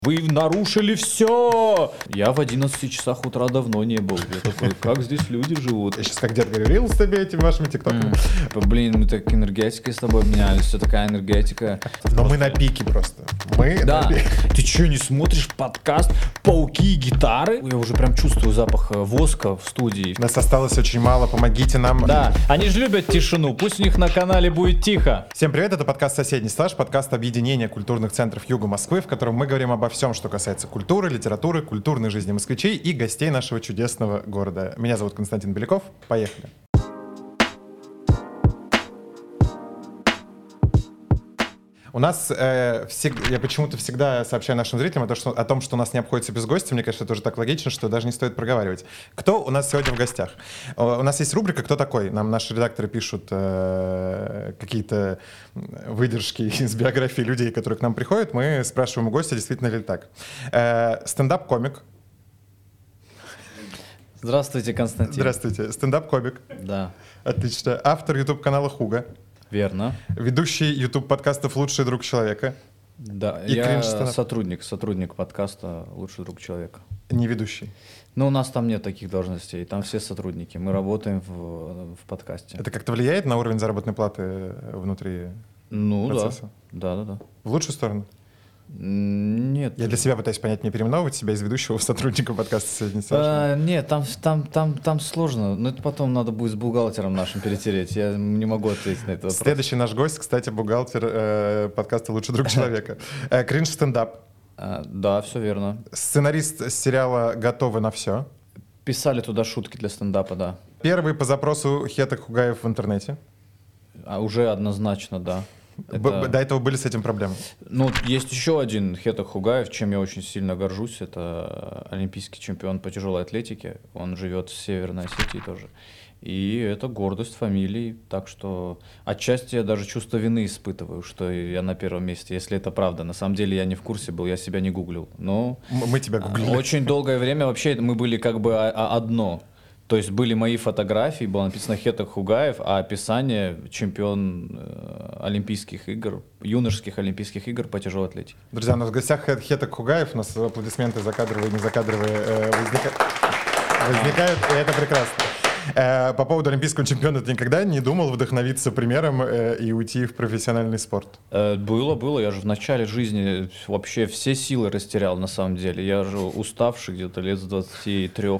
Вы нарушили все! Я в 11 часах утра давно не был. Я такой, как здесь люди живут? Я сейчас как дед говорил с тобой этими вашими тиктоками. Блин, мы так энергетикой с тобой обменялись, все такая энергетика. Но мы на пике просто. Мы Да. на пике. Ты что, не смотришь подкаст «Пауки и гитары»? Я уже прям чувствую запах воска в студии. Нас осталось очень мало, помогите нам. Да, они же любят тишину, пусть у них на канале будет тихо. Всем привет, это подкаст «Соседний стаж», подкаст объединения культурных центров Юга Москвы, в котором мы говорим обо всем, что касается культуры, литературы, культурной жизни москвичей и гостей нашего чудесного города. Меня зовут Константин Беляков, поехали. У нас, я почему-то всегда сообщаю нашим зрителям о том, что у нас не обходится без гостя. Мне кажется, это уже так логично, что даже не стоит проговаривать. Кто у нас сегодня в гостях? У нас есть рубрика «Кто такой?». Нам наши редакторы пишут какие-то выдержки из биографии людей, которые к нам приходят. Мы спрашиваем у гостя, действительно ли так. Стендап-комик. Здравствуйте, Константин. Здравствуйте. Стендап-комик. Да. Отлично. Автор YouTube-канала «Хуга». Верно. Ведущий YouTube-подкастов «Лучший друг человека». Да, И я кринж-стендап. сотрудник подкаста «Лучший друг человека». Не ведущий. Но у нас там нет таких должностей, там все сотрудники. Мы работаем в подкасте. Это как-то влияет на уровень заработной платы внутри Ну процесса? да. В лучшую сторону? Нет. Я для себя пытаюсь понять, не переименовывать себя из ведущего в сотрудника подкаста «Соседний стаж». Нет, там сложно. Но это потом надо будет с бухгалтером нашим перетереть. Я не могу ответить на этот вопрос. Следующий наш гость, кстати, бухгалтер подкаста «Лучший друг человека». Кринж-стендап. Да, все верно. Сценарист сериала «Готовы на все». Писали туда шутки для стендапа, да. Первый по запросу Хетек Хугаев в интернете. Уже однозначно, да. До этого были с этим проблемы? Ну, есть еще один Хетек Хугаев, чем я очень сильно горжусь. Это олимпийский чемпион по тяжелой атлетике. Он живет в Северной Осетии тоже. И это гордость фамилии. Так что отчасти я даже чувство вины испытываю, что я на первом месте, если это правда. На самом деле я не в курсе был, я себя не гуглил. Но Мы тебя гуглили. очень долгое время вообще мы были как бы одно. То есть были мои фотографии, было написано Хетек Хугаев, а описание чемпион Олимпийских игр, юношеских Олимпийских игр по тяжелой атлетике. Друзья, у нас в гостях Хетек Хугаев. У нас аплодисменты закадровые и незакадровые возникают, и это прекрасно. По поводу олимпийского чемпиона, ты никогда не думал вдохновиться примером и уйти в профессиональный спорт? Было. Я же в начале жизни вообще все силы растерял на самом деле. Я же уставший где-то лет с 23.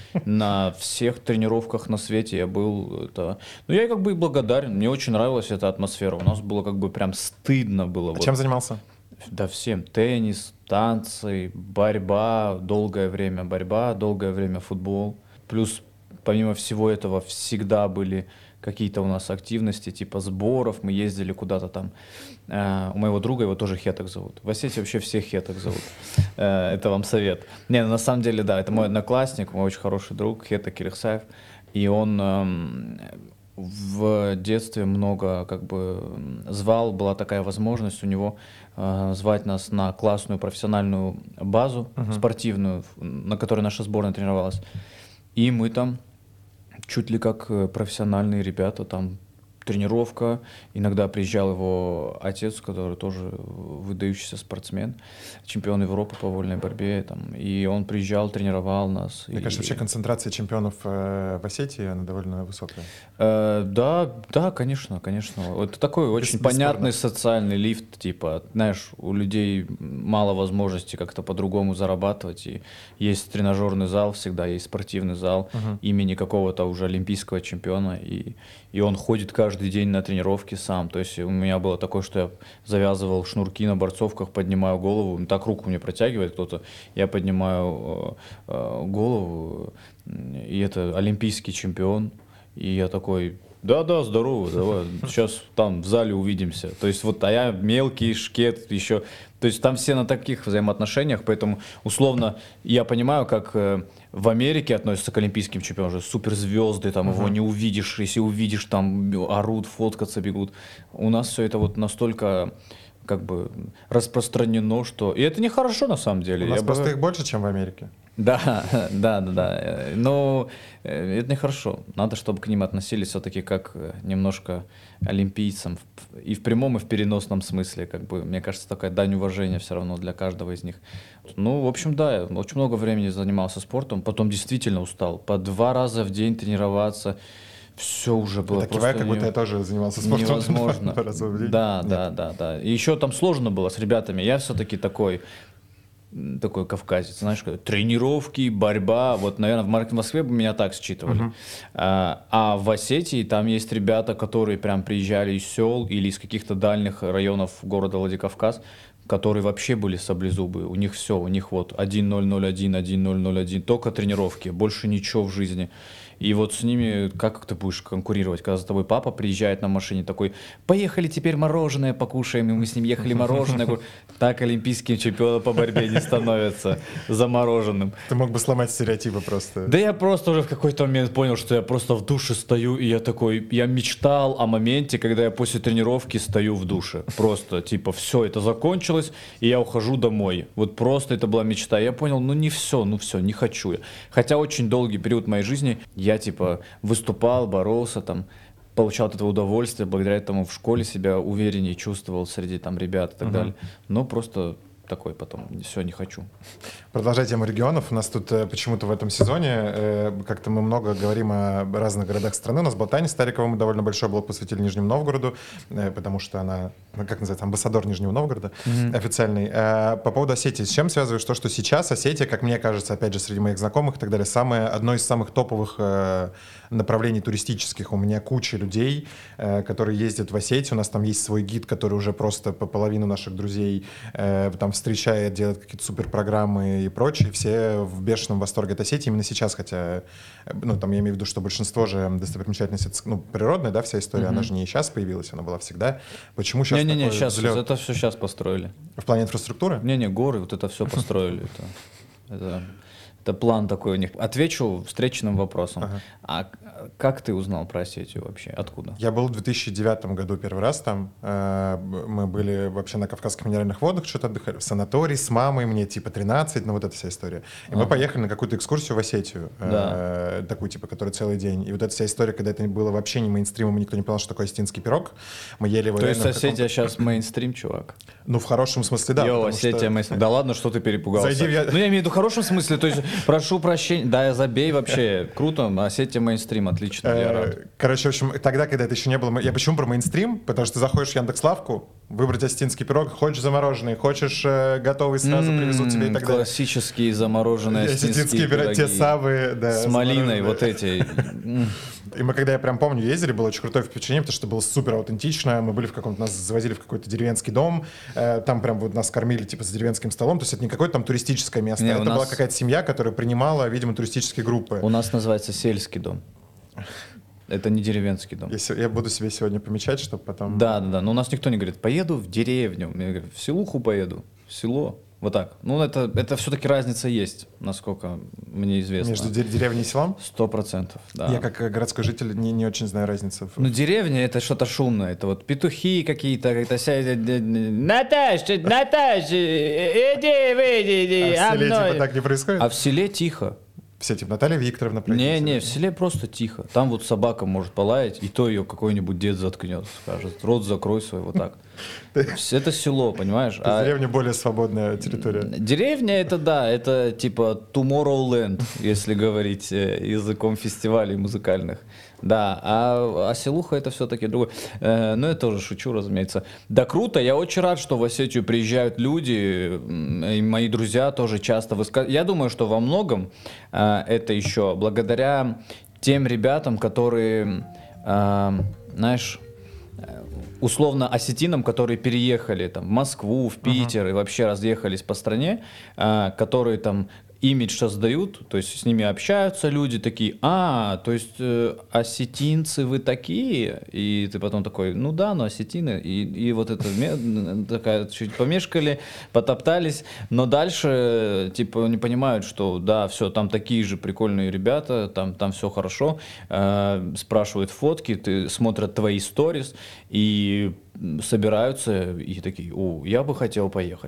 На всех тренировках на свете я был. Ну, я как бы и благодарен. Мне очень нравилась эта атмосфера. У нас было как бы прям стыдно было. Чем занимался? Да всем. Теннис, танцы, борьба, долгое время футбол. Плюс помимо всего этого всегда были какие-то у нас активности, типа сборов, мы ездили куда-то там. У моего друга, его тоже Хетек зовут. В Осетии вообще всех Хетек зовут. Это вам совет. Не, на самом деле, да, это мой одноклассник, мой очень хороший друг, Хетек Кирихсаев. И он в детстве много как бы звал, была такая возможность у него звать нас на классную профессиональную базу спортивную, на которой наша сборная тренировалась. И мы там чуть ли как профессиональные ребята, там тренировка. Иногда приезжал его отец, который тоже выдающийся спортсмен, чемпион Европы по вольной борьбе. Там, и он приезжал, тренировал нас. Мне кажется, вообще концентрация чемпионов в Осетии, она довольно высокая. Да, конечно. Это такой очень понятный социальный лифт. Типа, знаешь, у людей мало возможностей как-то по-другому зарабатывать. И есть тренажерный зал всегда, есть спортивный зал имени какого-то уже олимпийского чемпиона. И он ходит каждый день на тренировки сам. То есть у меня было такое, что я завязывал шнурки на борцовках, поднимаю голову, так руку мне протягивает кто-то, я поднимаю голову, и это олимпийский чемпион. И я такой: да, здорово, давай, сейчас там в зале увидимся. То есть вот, а я мелкий шкет еще. То есть там все на таких взаимоотношениях, поэтому условно я понимаю, как в Америке относятся к олимпийским чемпионам, уже суперзвезды, там его не увидишь, если увидишь, там орут, фоткаться бегут. У нас все это вот настолько как бы распространено, что... И это нехорошо на самом деле. У нас просто их больше, чем в Америке. Да, да. Но это нехорошо. Надо, чтобы к ним относились все-таки как немножко олимпийцам. И в прямом, и в переносном смысле. Как бы, мне кажется, такая дань уважения все равно для каждого из них. Ну, в общем, да, я очень много времени занимался спортом. Потом действительно устал. По 2 раза в день тренироваться. Все уже было Так просто кивай, как будто я тоже занимался спортом. невозможно. 2 раза в день. Да, Нет. да. И еще там сложно было с ребятами. Я все-таки такой кавказец, знаешь, тренировки, борьба. Вот, наверное, в Москве бы меня так считывали. А в Осетии там есть ребята, которые прям приезжали из сел или из каких-то дальних районов города Владикавказ, которые вообще были саблезубые. У них все, у них вот 1-0-0-1, 1-0-0-1, только тренировки, больше ничего в жизни. И вот с ними как ты будешь конкурировать, когда за тобой папа приезжает на машине такой: поехали теперь мороженое покушаем, и мы с ним ехали мороженое. Я говорю, так олимпийским чемпионом по борьбе не становится за мороженым. Ты мог бы сломать стереотипы просто. Да я просто уже в какой-то момент понял, что я просто в душе стою, и я такой, я мечтал о моменте, когда я после тренировки стою в душе. Просто, типа, все, это закончилось, и я ухожу домой. Вот просто это была мечта. Я понял, не все, не хочу я. Хотя очень долгий период моей жизни я, типа, выступал, боролся, там, получал от этого удовольствие, благодаря этому в школе себя увереннее чувствовал среди там ребят и так далее. Но просто такой потом, все, не хочу. Продолжая тему регионов, у нас тут почему-то в этом сезоне как-то мы много говорим о разных городах страны. У нас была Таня Старикова, мы довольно большой блок посвятили Нижнему Новгороду, потому что она, как называется, амбассадор Нижнего Новгорода официальный. По поводу Осетии, с чем связываешь то, что сейчас Осетия, как мне кажется, опять же, среди моих знакомых и так далее, одно из самых топовых направлений туристических. У меня куча людей, которые ездят в Осетию. У нас там есть свой гид, который уже просто по половину наших друзей там встречает, делает какие-то суперпрограммы и прочее. Все в бешеном восторге от Осетии именно сейчас, хотя, там я имею в виду, что большинство же достопримечательностей, это, природная, да, вся история, она же не сейчас появилась, она была всегда. Почему сейчас Не-не-не, такой сейчас, взлет? это все сейчас построили. В плане инфраструктуры? Не-не, горы, вот это все построили. Это план такой у них. Отвечу встречным вопросом. Ага. А как ты узнал про Осетию вообще? Откуда? Я был в 2009 году первый раз там. Мы были вообще на Кавказских минеральных водах, что-то отдыхали в санатории с мамой, мне типа 13, вот эта вся история. И мы поехали на какую-то экскурсию в Осетию, такую типа, которая целый день. И вот эта вся история, когда это было вообще не мейнстримом, и никто не понял, что такое осетинский пирог. Мы ели его. То есть Осетия сейчас мейнстрим, чувак? В хорошем смысле, да. Йоу, Осетия мейнстрим. Да ладно, что ты перепугался? Зайди я имею в виду в хорошем смысле, то есть прошу прощения, да, забей вообще, круто, Осетия мейнстрим, отлично, я рад. Короче, в общем, тогда, когда это еще не было... Я почему про мейнстрим? Потому что ты заходишь в Яндекс.Лавку, выбрать осетинский пирог, хочешь замороженный, хочешь готовый, сразу привезут тебе и так далее. Классические замороженные осетинские пироги. Те самые, да. С малиной, вот эти. И мы, когда, я прям помню, ездили, было очень крутое впечатление, потому что было супер аутентично. Мы были нас завозили в какой-то деревенский дом, там прям вот нас кормили типа за деревенским столом, то есть это не какое-то там туристическое место, это была какая-то семья, которая принимала, видимо, туристические группы. У нас называется сельский дом. Это не деревенский дом. Я буду себе сегодня помечать, чтобы потом... Да. Но у нас никто не говорит, поеду в деревню. Мне говорят, в селуху поеду. В село. Вот так. Это все-таки разница есть, насколько мне известно. Между деревней и селом? 100%, да. Я как городской житель не очень знаю разницу. Деревня — это что-то шумное. Это вот петухи какие-то, Наташа, иди, выйди. А в селе типа так не происходит? А в селе тихо. Все, типа Наталья Викторовна. Не, в селе просто тихо. Там вот собака может полаять, и то ее какой-нибудь дед заткнет, скажет, рот закрой свой, вот так. Это село, понимаешь? Деревня более свободная территория. Деревня — это да, это типа Tomorrowland, если говорить языком фестивалей музыкальных. Да, а селуха — это все-таки другое. Но я тоже шучу, разумеется. Да круто, я очень рад, что в Осетию приезжают люди, и мои друзья тоже часто высказывают. Я думаю, что во многом это еще благодаря тем ребятам, которые, знаешь, условно осетинам, которые переехали там, в Москву, в Питер и вообще разъехались по стране, которые там имидж создают, то есть с ними общаются люди такие, то есть осетинцы вы такие, и ты потом такой, ну осетины, и вот это такая чуть помешкали, потоптались, но дальше типа не понимают, что да, все, там такие же прикольные ребята, там все хорошо, спрашивают фотки, смотрят твои сторис и собираются и такие, я бы хотел поехать.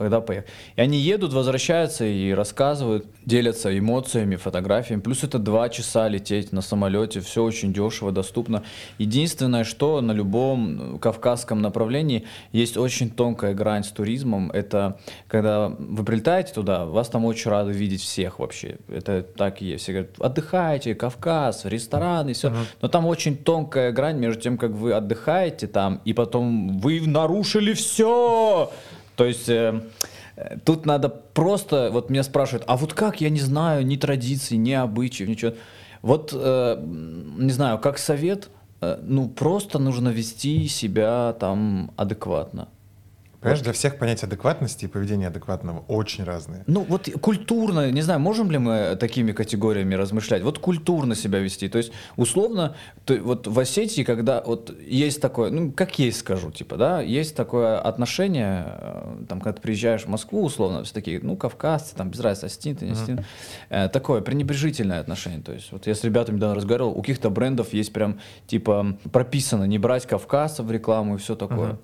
когда поехать. И они едут, возвращаются и рассказывают, делятся эмоциями, фотографиями. Плюс это 2 часа лететь на самолете, все очень дешево, доступно. Единственное, что на любом кавказском направлении есть очень тонкая грань с туризмом. Это когда вы прилетаете туда, вас там очень рады видеть всех вообще. Это так и есть. Все говорят, отдыхайте, Кавказ, рестораны, все. Но там очень тонкая грань между тем, как вы отдыхаете там, и потом вы нарушили все. То есть тут надо просто, вот меня спрашивают, а вот как, я не знаю, ни традиций, ни обычаев, ничего. Вот, не знаю, как совет, ну просто нужно вести себя там адекватно. Понимаешь, для всех понятия адекватности и поведения адекватного очень разные. Ну вот культурно, не знаю, можем ли мы такими категориями размышлять? Вот культурно себя вести. То есть условно, вот в Осетии, когда вот есть такое, ну как есть скажу, типа, да, есть такое отношение, там, когда ты приезжаешь в Москву, условно, все такие, ну кавказцы, там без разницы, остин ты, не остин, такое пренебрежительное отношение. То есть вот я с ребятами недавно разговаривал, у каких-то брендов есть прям типа прописано не брать кавказцев в рекламу и все такое.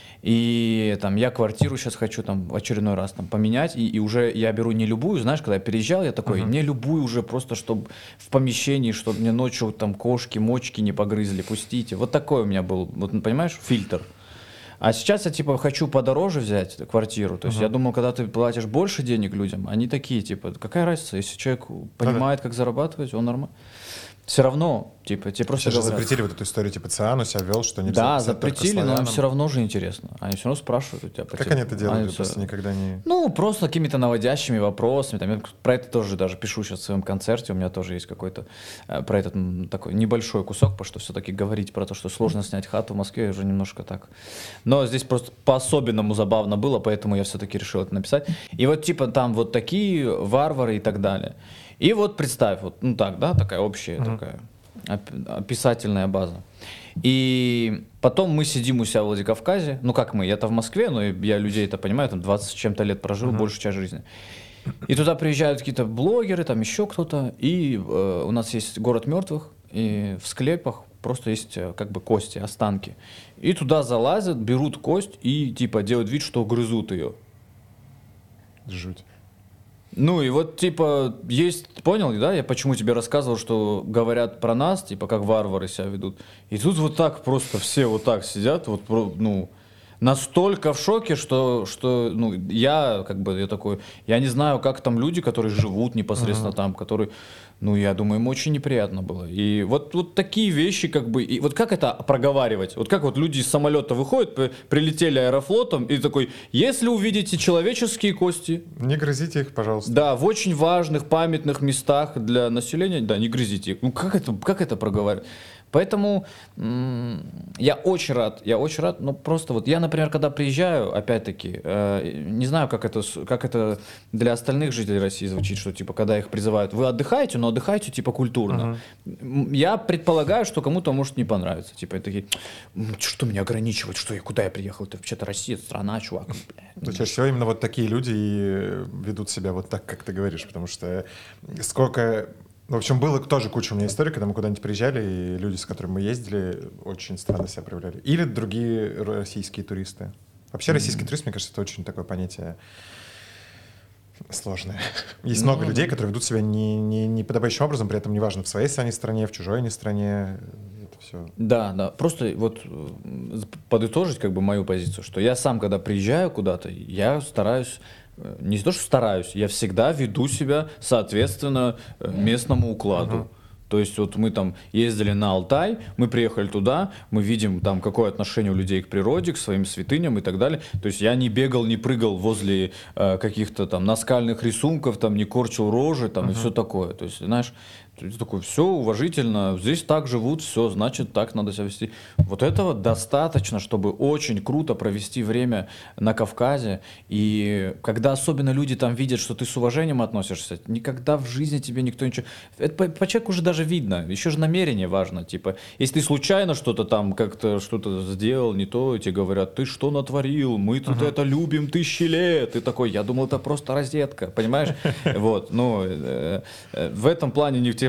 И там я квартиру сейчас хочу там в очередной раз там поменять, и уже я беру не любую, знаешь, когда я переезжал, я такой, не любую уже просто, чтобы в помещении, чтобы мне ночью там кошки, мочки не погрызли, пустите. Вот такой у меня был, вот понимаешь, фильтр. А сейчас я типа хочу подороже взять квартиру. То есть я думал, когда ты платишь больше денег людям, они такие, типа, какая разница, если человек понимает, как зарабатывать, он нормально. Все равно, типа, тебе просто сейчас же запретили вот эту историю, типа, Циану себя вел, что нельзя. Да, запретили, но им все равно же интересно. Они все равно спрашивают у тебя. Как они это делают? Я просто никогда не... Ну, просто какими-то наводящими вопросами. Там, я про это тоже даже пишу сейчас в своем концерте. У меня тоже есть какой-то про этот такой небольшой кусок, потому что все-таки говорить про то, что сложно снять хату в Москве, уже немножко так. Но здесь просто по-особенному забавно было, поэтому я все-таки решил это написать. И вот типа там вот такие варвары и так далее. И вот представь, вот, ну так, да, такая общая такая описательная база. И потом мы сидим у себя в Владикавказе, ну как мы, я-то в Москве, но я людей это понимаю, там 20 с чем-то лет прожил, большую часть жизни. И туда приезжают какие-то блогеры, там еще кто-то, и у нас есть город мертвых, и в склепах просто есть как бы кости, останки. И туда залазят, берут кость и типа делают вид, что грызут ее. Жуть. Ну и вот типа есть, понял, да, я почему тебе рассказывал, что говорят про нас, типа как варвары себя ведут. И тут вот так просто все вот так сидят, вот, ну, настолько в шоке, что ну, я как бы, я такой, я не знаю, как там люди, которые живут непосредственно там, которые, ну, я думаю, им очень неприятно было. И вот такие вещи, как бы, и вот как это проговаривать? Вот как вот люди из самолета выходят, прилетели аэрофлотом, и такой, если увидите человеческие кости... Не грызите их, пожалуйста. Да, в очень важных, памятных местах для населения, да, не грызите их. Ну, как это проговаривать? Поэтому я очень рад, но просто вот я, например, когда приезжаю, опять-таки, не знаю, как это для остальных жителей России звучит, что типа, когда их призывают, вы отдыхаете, но отдыхайте типа культурно. Я предполагаю, что кому-то может не понравиться. Типа, такие, что меня ограничивать, куда я приехал? Это вообще-то Россия, страна, чувак. То чаще всего именно вот такие люди и ведут себя вот так, как ты говоришь, потому что сколько... В общем, было тоже куча у меня историй, когда мы куда-нибудь приезжали, и люди, с которыми мы ездили, очень странно себя проявляли. Или другие российские туристы. Вообще российский турист, мне кажется, это очень такое понятие сложное. Есть много людей, которые ведут себя неподобающим образом, при этом неважно, в своей стране, в чужой стране. Это все. Да. Просто вот подытожить как бы мою позицию, что я сам, когда приезжаю куда-то, я стараюсь... Не то, что стараюсь, я всегда веду себя соответственно местному укладу. То есть вот мы там ездили на Алтай, мы приехали туда, мы видим там какое отношение у людей к природе, к своим святыням и так далее. То есть я не бегал, не прыгал возле каких-то там наскальных рисунков, там не корчил рожи там и все такое. То есть, знаешь, такой, все уважительно, здесь так живут, все, значит, так надо себя вести. Вот этого достаточно, чтобы очень круто провести время на Кавказе. И когда особенно люди там видят, что ты с уважением относишься, никогда в жизни тебе никто ничего... Это по человеку уже даже видно, еще же намерение важно. Типа, если ты случайно что-то там, как-то что-то сделал не то, и тебе говорят, ты что натворил, мы тут это любим 1000 лет. Ты такой, я думал, это просто розетка, понимаешь? Вот, ну, в этом плане тебе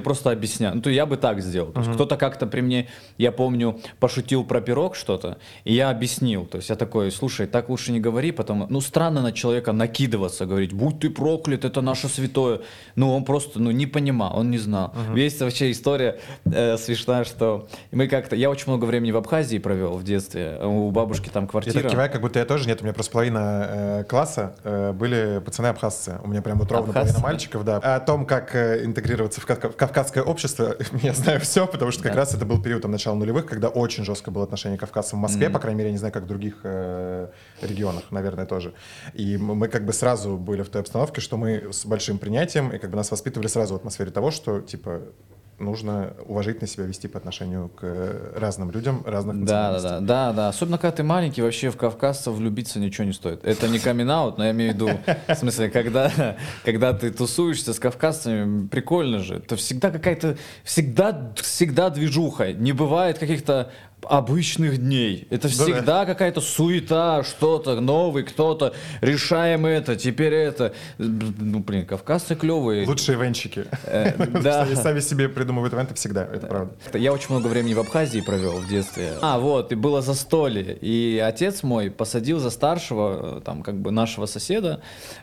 просто объясняют. Ну, то я бы так сделал. То есть кто-то как-то при мне, я помню, пошутил про пирог что-то, и я объяснил. То есть я такой, слушай, так лучше не говори, потом, ну, странно на человека накидываться, говорить, будь ты проклят, это наше святое. Ну, он просто, ну, не понимал, он не знал. Есть вообще история смешная, что мы как-то, я очень много времени в Абхазии провел в детстве, у бабушки там Я квартира. так киваю, как будто я тоже. Нет, у меня просто половина класса были пацаны-абхазцы. У меня прям вот ровно Абхазцы? половина мальчиков, да. А о том, как интегрироваться в кавказское общество, я знаю все, потому что как раз это был период там, начала нулевых, когда очень жестко было отношение к кавказцам в Москве, по крайней мере, я не знаю, как в других регионах, наверное, тоже. И мы как бы сразу были в той обстановке, что мы с большим принятием, и как бы нас воспитывали сразу в атмосфере того, что, типа, нужно уважительно себя вести по отношению к разным людям, разных национальностей. Да. Особенно, когда ты маленький, вообще в кавказцев влюбиться ничего не стоит. Это не камин-аут, но я имею в виду, в смысле, когда ты тусуешься с кавказцами, прикольно же. Это всегда какая-то, всегда движуха. Не бывает каких-то обычных дней. Это всегда какая-то суета, что-то, новый кто-то, решаем это, теперь это. Ну, блин, кавказцы клевые. Лучшие ивенчики. Да. Они сами себе придумывают ивенты всегда, это правда. Я очень много времени в Абхазии провел в детстве. Вот, и было застолье. И отец мой посадил за старшего, там, как бы нашего соседа,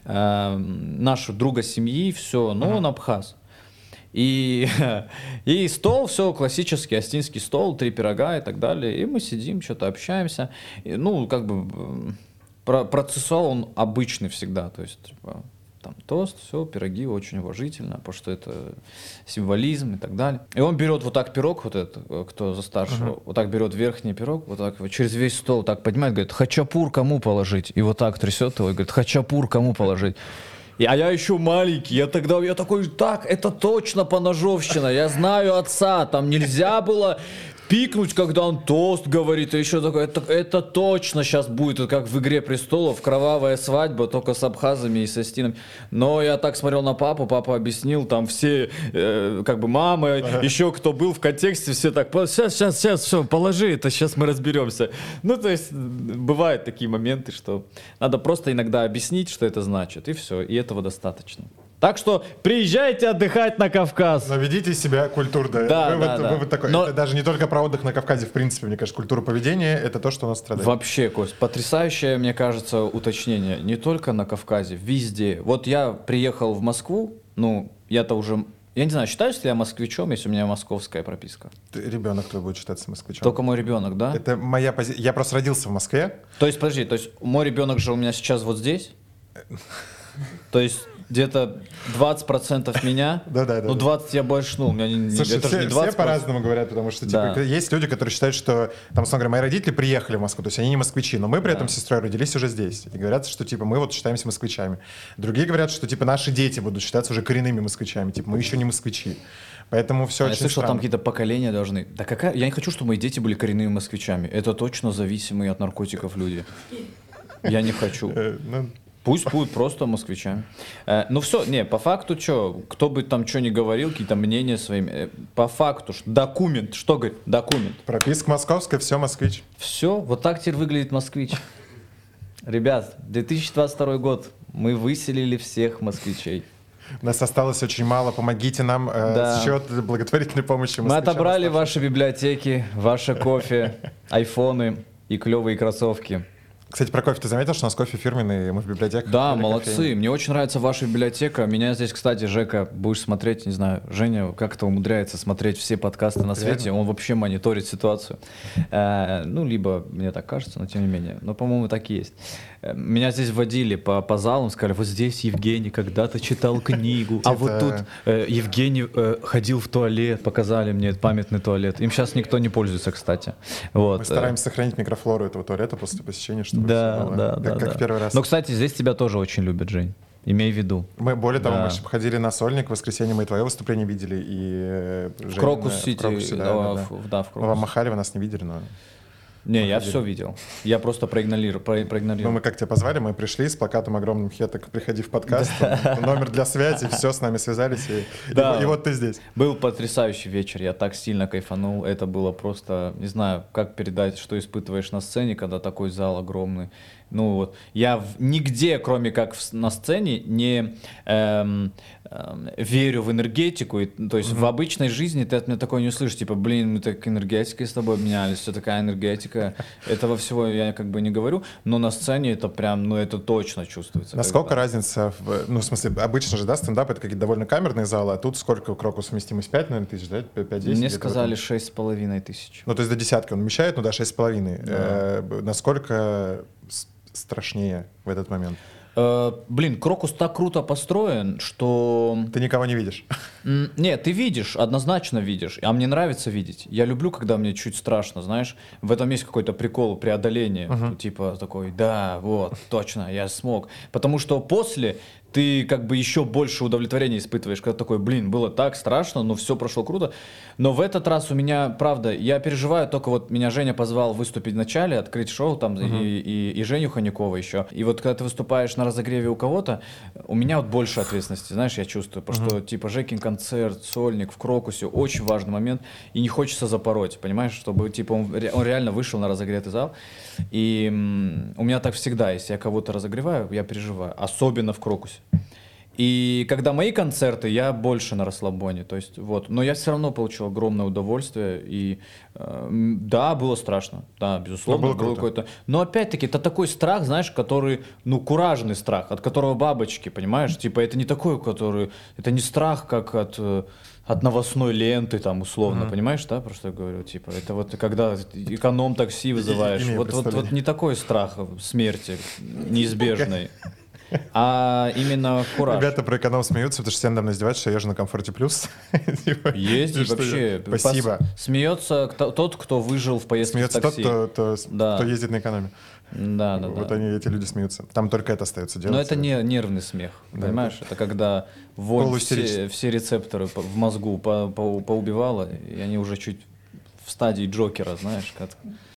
нашего друга семьи, все, но он абхаз. И стол, все, классический астинский стол, 3 пирога и так далее. И мы сидим, что-то общаемся. И, ну, как бы процессуал он обычный всегда. То есть, типа, там тост, все, пироги очень уважительно, потому что это символизм и так далее. И он берет вот так пирог, вот этот, кто за старшего, вот так берет верхний пирог, вот так вот через весь стол так поднимает, говорит, хачапур кому положить? И вот так трясет его и говорит, хачапур кому положить? А я еще маленький, я такой, так, это точно поножовщина, я знаю отца, там нельзя было пикнуть, когда он тост говорит, и еще такой, это точно сейчас будет, это как в «Игре престолов», кровавая свадьба, только с абхазами и со стинами. Но я так смотрел на папу, папа объяснил, там все, как бы мама, еще кто был в контексте, все так, сейчас, все, положи это, сейчас мы разберемся. Ну, то есть, бывают такие моменты, что надо просто иногда объяснить, что это значит, и все, и этого достаточно. Так что приезжайте отдыхать на Кавказ. Но ведите себя культурно. Вывод такой. Это даже не только про отдых на Кавказе, в принципе, мне кажется, культура поведения — это то, что у нас страдает. Вообще, Кость, потрясающее, мне кажется, уточнение. Не только на Кавказе, везде. Вот я приехал в Москву, ну, я-то уже... Я не знаю, считаюсь ли я москвичом, если у меня московская прописка? Ребенок твой будет считаться москвичом. Только мой ребенок, да? Это моя позиция. Я просто родился в Москве. То есть, подожди, то есть мой ребенок же у меня сейчас вот здесь? То есть где-то 20% меня, Да. Ну 20 я больше, ну у меня Слушай, это же не 20%. все по-разному говорят, потому что типа, Да. есть люди, которые считают, что, там, условно говоря, мои родители приехали в Москву, то есть они не москвичи, но мы при этом с сестрой родились уже здесь. И говорят, что типа мы вот считаемся москвичами. Другие говорят, что типа наши дети будут считаться уже коренными москвичами, типа мы еще не москвичи. Поэтому все очень Я слышал, странно. там какие-то поколения должны. Да какая? Я не хочу, чтобы мои дети были коренными москвичами. Это точно зависимые от наркотиков люди. Я не хочу. Пусть будут просто москвичами. Ну все, не, по факту что, кто бы там что ни говорил, какие-то мнения своими, по факту, документ, что говорит, документ. Прописка московская, все москвич. Все, вот так теперь выглядит москвич. Ребят, 2022 год, мы выселили всех москвичей. Нас осталось очень мало, помогите нам Да. счет благотворительной помощи. Мы отобрали ваши библиотеки, ваше кофе, айфоны и клевые кроссовки. Кстати, про кофе ты заметил, что у нас кофе фирменный, мы в библиотеках? Да, или молодцы. кофейне? Мне очень нравится ваша библиотека. Меня здесь, кстати, Жека, будешь смотреть, не знаю, Женя как-то умудряется смотреть все подкасты на свете. Реально? Он вообще мониторит ситуацию. Ну, либо мне так кажется, но тем не менее. Но, по-моему, так и есть. Меня здесь водили по залам, сказали, вот здесь Евгений когда-то читал книгу, а вот тут Евгений ходил в туалет, показали мне памятный туалет. Им сейчас никто не пользуется, кстати. Вот. Мы стараемся сохранить микрофлору этого туалета после посещения, чтобы Да, всё было да, как в первый раз. Но, кстати, здесь тебя тоже очень любят, Жень. Имей в виду. Мы, более того, Да. мы же ходили на Сольник, в воскресенье мы и твое выступление видели, и В Крокус-Сити. в Крокусе, да. в Мы Крокус. вам махали, вы нас не видели, но... Не, я ходили. все видел. Я просто проигнорировал. Ну, мы как тебя позвали, мы пришли с плакатом огромным «Хеток, приходи в подкаст», номер для связи, все, с нами связались, Да. и вот ты здесь. Был потрясающий вечер, я так сильно кайфанул. Это было просто, не знаю, как передать, что испытываешь на сцене, когда такой зал огромный. Ну вот, я нигде, кроме как на сцене, не верю в энергетику. То есть в обычной жизни ты от меня такое не услышишь, типа, блин, мы так энергетикой с тобой обменялись, все такая энергетика. Этого всего я как бы не говорю, но на сцене это прям, ну это точно чувствуется. Насколько разница, ну в смысле, обычно же, да, стендап это какие-то довольно камерные залы, а тут сколько у Крокус вместимость? 5, наверное, тысяч, да? 5-10? Мне сказали 6,5 тысяч. Ну то есть до десятки он вмещает, ну да, 6,5. Да. Насколько страшнее в этот момент? Блин, Крокус так круто построен, что... Ты никого не видишь? Нет, ты видишь, однозначно видишь. А мне нравится видеть. Я люблю, когда мне чуть страшно, знаешь. В этом есть какой-то прикол преодоления. Типа такой, да, вот, точно, я смог. Потому что после ты как бы еще больше удовлетворения испытываешь, когда такой, блин, было так страшно, но все прошло круто. Но в этот раз у меня, правда, я переживаю, только вот меня Женя позвал выступить в начале, открыть шоу там, и Женю Ханякова еще. И вот когда ты выступаешь на разогреве у кого-то, у меня вот больше ответственности, знаешь, я чувствую, потому что типа Жекин концерт, сольник в Крокусе, очень важный момент, и не хочется запороть, понимаешь, чтобы типа он реально вышел на разогретый зал. И у меня так всегда, если я кого-то разогреваю, я переживаю, особенно в Крокусе. И когда мои концерты, я больше на расслабоне, то есть вот, но я все равно получил огромное удовольствие, и да, было страшно, да, безусловно, было какое-то, но опять-таки это такой страх, знаешь, который, ну, куражный страх, от которого бабочки, понимаешь, типа это не такой, который, это не страх, как от новостной ленты, там, условно, понимаешь, да, просто я говорю, типа, это вот когда эконом-такси вызываешь, вот не такой страх смерти неизбежной. А именно кураж. Ребята про эконом смеются, потому что все недавно издеваются, что я же на Комфорте Плюс. Есть вообще. Спасибо. Смеется тот, кто выжил в поездке в такси. Смеется тот, кто ездит на экономе. Да. Вот эти люди смеются. Там только это остается делать. Но это не нервный смех, понимаешь? Это когда вонь все рецепторы в мозгу поубивала, и они уже чуть в стадии Джокера, знаешь, как...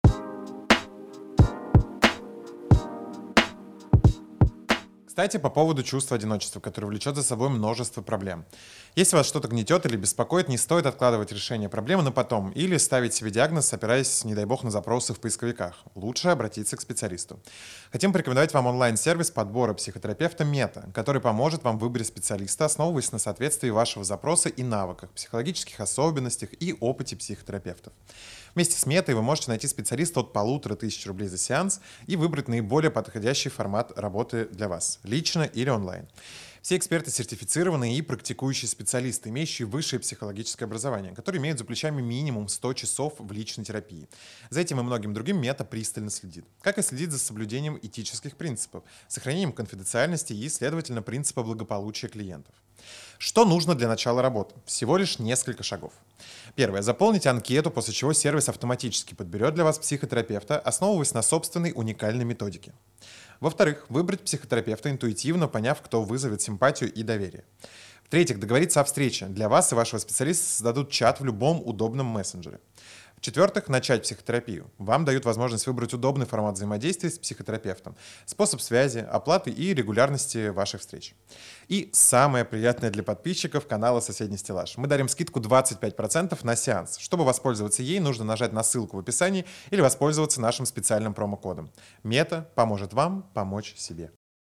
Кстати, по поводу чувства одиночества, которое влечет за собой множество проблем. Если вас что-то гнетет или беспокоит, не стоит откладывать решение проблемы на потом или ставить себе диагноз, опираясь, не дай бог, на запросы в поисковиках. Лучше обратиться к специалисту. Хотим порекомендовать вам онлайн-сервис подбора психотерапевта Мета, который поможет вам выбрать специалиста, основываясь на соответствии вашего запроса и навыках, психологических особенностях и опыте психотерапевтов. Вместе с Метой вы можете найти специалиста от 1500 рублей за сеанс и выбрать наиболее подходящий формат работы для вас, лично или онлайн. Все эксперты сертифицированные и практикующие специалисты, имеющие высшее психологическое образование, которые имеют за плечами минимум 100 часов в личной терапии. За этим и многим другим Мета пристально следит. Как и следит за соблюдением этических принципов, сохранением конфиденциальности и, следовательно, принципа благополучия клиентов. Что нужно для начала работы? Всего лишь несколько шагов. Первое. Заполните анкету, после чего сервис автоматически подберет для вас психотерапевта, основываясь на собственной уникальной методике. Во-вторых, выбрать психотерапевта интуитивно, поняв, кто вызовет симпатию и доверие. В-третьих, договориться о встрече. Для вас и вашего специалиста создадут чат в любом удобном мессенджере. В-четвертых, начать психотерапию. Вам дают возможность выбрать удобный формат взаимодействия с психотерапевтом, способ связи, оплаты и регулярности ваших встреч. И самое приятное для подписчиков канала «Соседний стеллаж». Мы дарим скидку 25% на сеанс. Чтобы воспользоваться ей, нужно нажать на ссылку в описании или воспользоваться нашим специальным промокодом. Мета поможет вам помочь себе.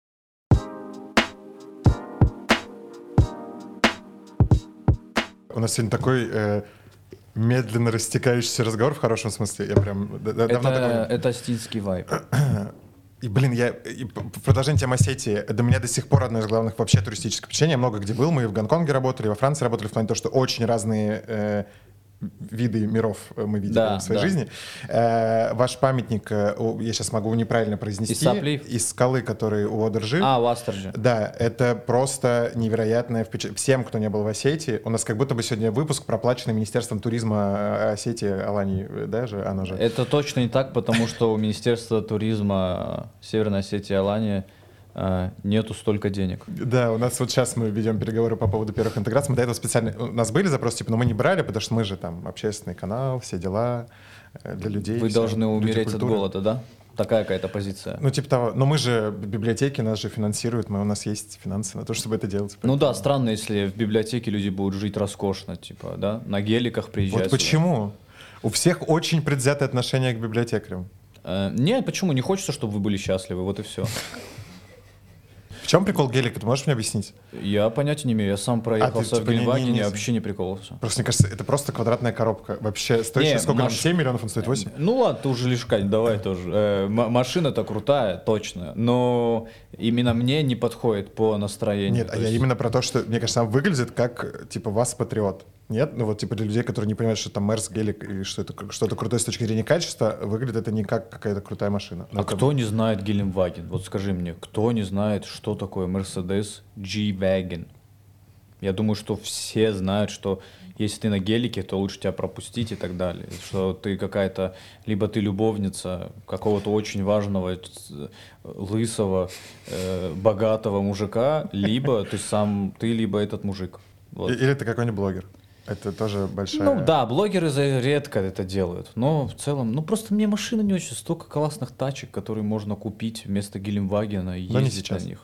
У нас сегодня такой... медленно растекающийся разговор в хорошем смысле. Я прям давно это астинский вайб. И, блин, в продолжение темы Осетии, до меня до сих пор одно из главных вообще туристических впечатлений. Я много где был, мы в Гонконге работали, во Франции работали, в плане того, что очень разные виды миров мы видели в своей жизни. Ваш памятник, я сейчас могу неправильно произнести, из скалы, который у Одержи. У Астерджи. Да, это просто невероятное впечатление. Всем, кто не был в Осетии, у нас как будто бы сегодня выпуск, проплаченный Министерством туризма Осетии, Алании, да же, она же. Это точно не так, потому что у Министерства туризма Северной Осетии и Алании нету столько денег. Да, у нас вот сейчас мы ведем переговоры по поводу первых интеграций. Мы до этого специально... У нас были запросы, но мы не брали, потому что мы же там общественный канал, все дела для людей. Вы должны умереть от голода, да? Такая какая-то позиция. Ну, типа того. Но мы же, библиотеки нас же финансируют, у нас есть финансы на то, чтобы это делать. Ну да, странно, если в библиотеке люди будут жить роскошно, типа, да? На геликах приезжать. Вот почему? У всех очень предвзятое отношение к библиотекарям. Нет, почему? Не хочется, чтобы вы были счастливы, вот и все. В чем прикол гелика? Ты можешь мне объяснить? Я понятия не имею, я сам проехался в типа, Гелендвагене, вообще не приколовался. Просто, мне кажется, это просто квадратная коробка. Вообще, стоит Не, сколько там? 7 миллионов, он стоит 8? Ну ладно, ты уже лишкань, давай тоже. Машина-то крутая, точно, но именно мне не подходит по настроению. Нет, а я именно про то, что, мне кажется, он выглядит как, типа, ВАЗ-патриот. Нет? Ну вот, типа, для людей, которые не понимают, что там Мерс, гелик и что это что-то крутое с точки зрения качества, выглядит это не как какая-то крутая машина. А кто не знает Гелендваген? Вот скажи мне, кто не знает, что такое Mercedes G-Wagen? Я думаю, что все знают, что если ты на гелике, то лучше тебя пропустить и так далее. Что ты какая-то, либо ты любовница какого-то очень важного, лысого, богатого мужика, либо ты сам, ты либо этот мужик. Вот. Или ты какой-нибудь блогер. Это тоже большая... Ну да, блогеры редко это делают, но в целом, ну просто мне машина не очень, столько классных тачек, которые можно купить вместо Гелендвагена и Но не ездить на сейчас. них.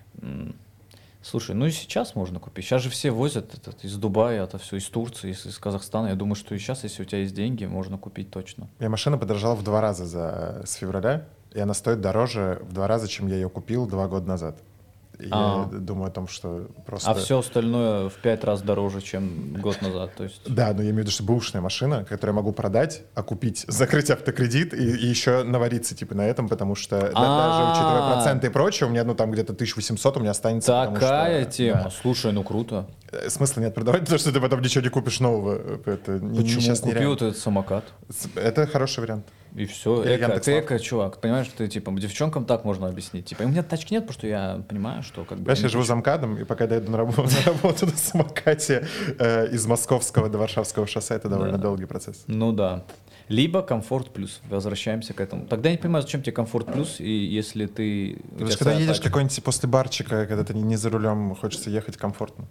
Слушай, ну и сейчас можно купить. Сейчас же все возят из Дубая, это все из Турции, из Казахстана. Я думаю, что и сейчас, если у тебя есть деньги, можно купить точно. У меня машина подорожала в 2 раза с февраля, и она стоит дороже в 2 раза, чем я ее купил 2 года назад. И я думаю о том, что просто... А все остальное в 5 раз дороже, чем год назад. То есть... Да, но я имею в виду, что бэушная машина, которую я могу продать, окупить, закрыть автокредит и еще навариться типа на этом, потому что даже учитывая проценты и прочее, у меня ну там где-то 1800 у меня останется. Такая что, тема. Да. Слушай, ну круто. Смысла нет продавать, потому что ты потом ничего не купишь нового. Это Почему сейчас купил ты этот самокат? Это хороший вариант. И все, Или эко, ты Яндекс.Лав. эко, чувак, понимаешь, ты типа девчонкам так можно объяснить. Типа, у меня тачки нет, потому что я понимаю, что как бы... Знаешь, я живу за МКАДом, и пока я доеду на работу на самокате из Московского до Варшавского шоссе, это довольно долгий процесс. Ну да. Либо комфорт плюс. Возвращаемся к этому. Тогда я не понимаю, зачем тебе комфорт плюс, и если ты... Потому что когда едешь какой-нибудь после барчика, когда ты не за рулем, хочется ехать комфортно.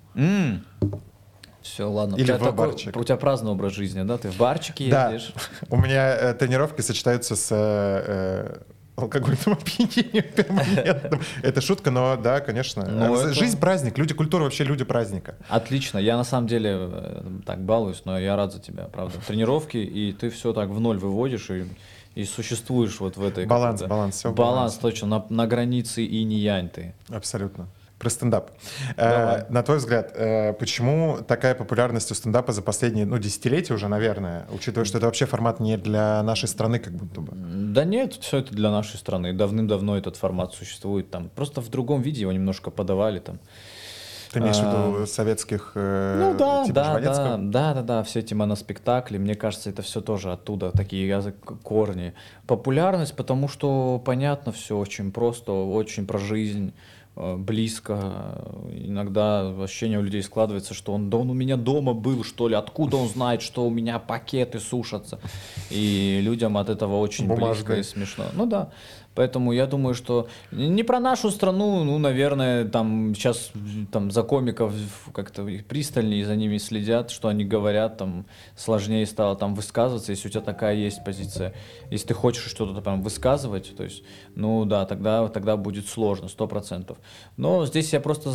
Все, ладно. Или в барчик. У тебя праздный образ жизни, да? Ты в барчике ездишь? Да. У меня тренировки сочетаются с алкогольным опьянением перманентным. Это шутка, но да, конечно. Жизнь праздник, люди культура, вообще люди праздника. Отлично. Я на самом деле так балуюсь, но я рад за тебя, правда. Тренировки, и ты все так в ноль выводишь, и существуешь вот в этой... Баланс, все. Баланс, точно, на границе инь-янь ты. Абсолютно. Про стендап. На твой взгляд, почему такая популярность у стендапа за последние, десятилетия уже, наверное, учитывая, что это вообще формат не для нашей страны, как будто бы? Да нет, все это для нашей страны. Давным-давно этот формат существует. Там просто в другом виде его немножко подавали там. Ты имеешь в виду советских ну да, типа Жванецкого? Да, все эти моноспектакли, мне кажется, это все тоже оттуда, такие корни. Популярность, потому что понятно все, очень просто, очень про жизнь, близко. Иногда ощущение у людей складывается, что он у меня дома был, что ли, откуда он знает, что у меня пакеты сушатся. И людям от этого очень близко и смешно. Ну да. Поэтому я думаю, что не про нашу страну, ну, наверное, там сейчас там за комиков как-то пристальнее за ними следят, что они говорят, там сложнее стало там высказываться, если у тебя такая есть позиция. Если ты хочешь что-то там высказывать, то есть, ну да, тогда будет сложно, 100%. Но здесь я просто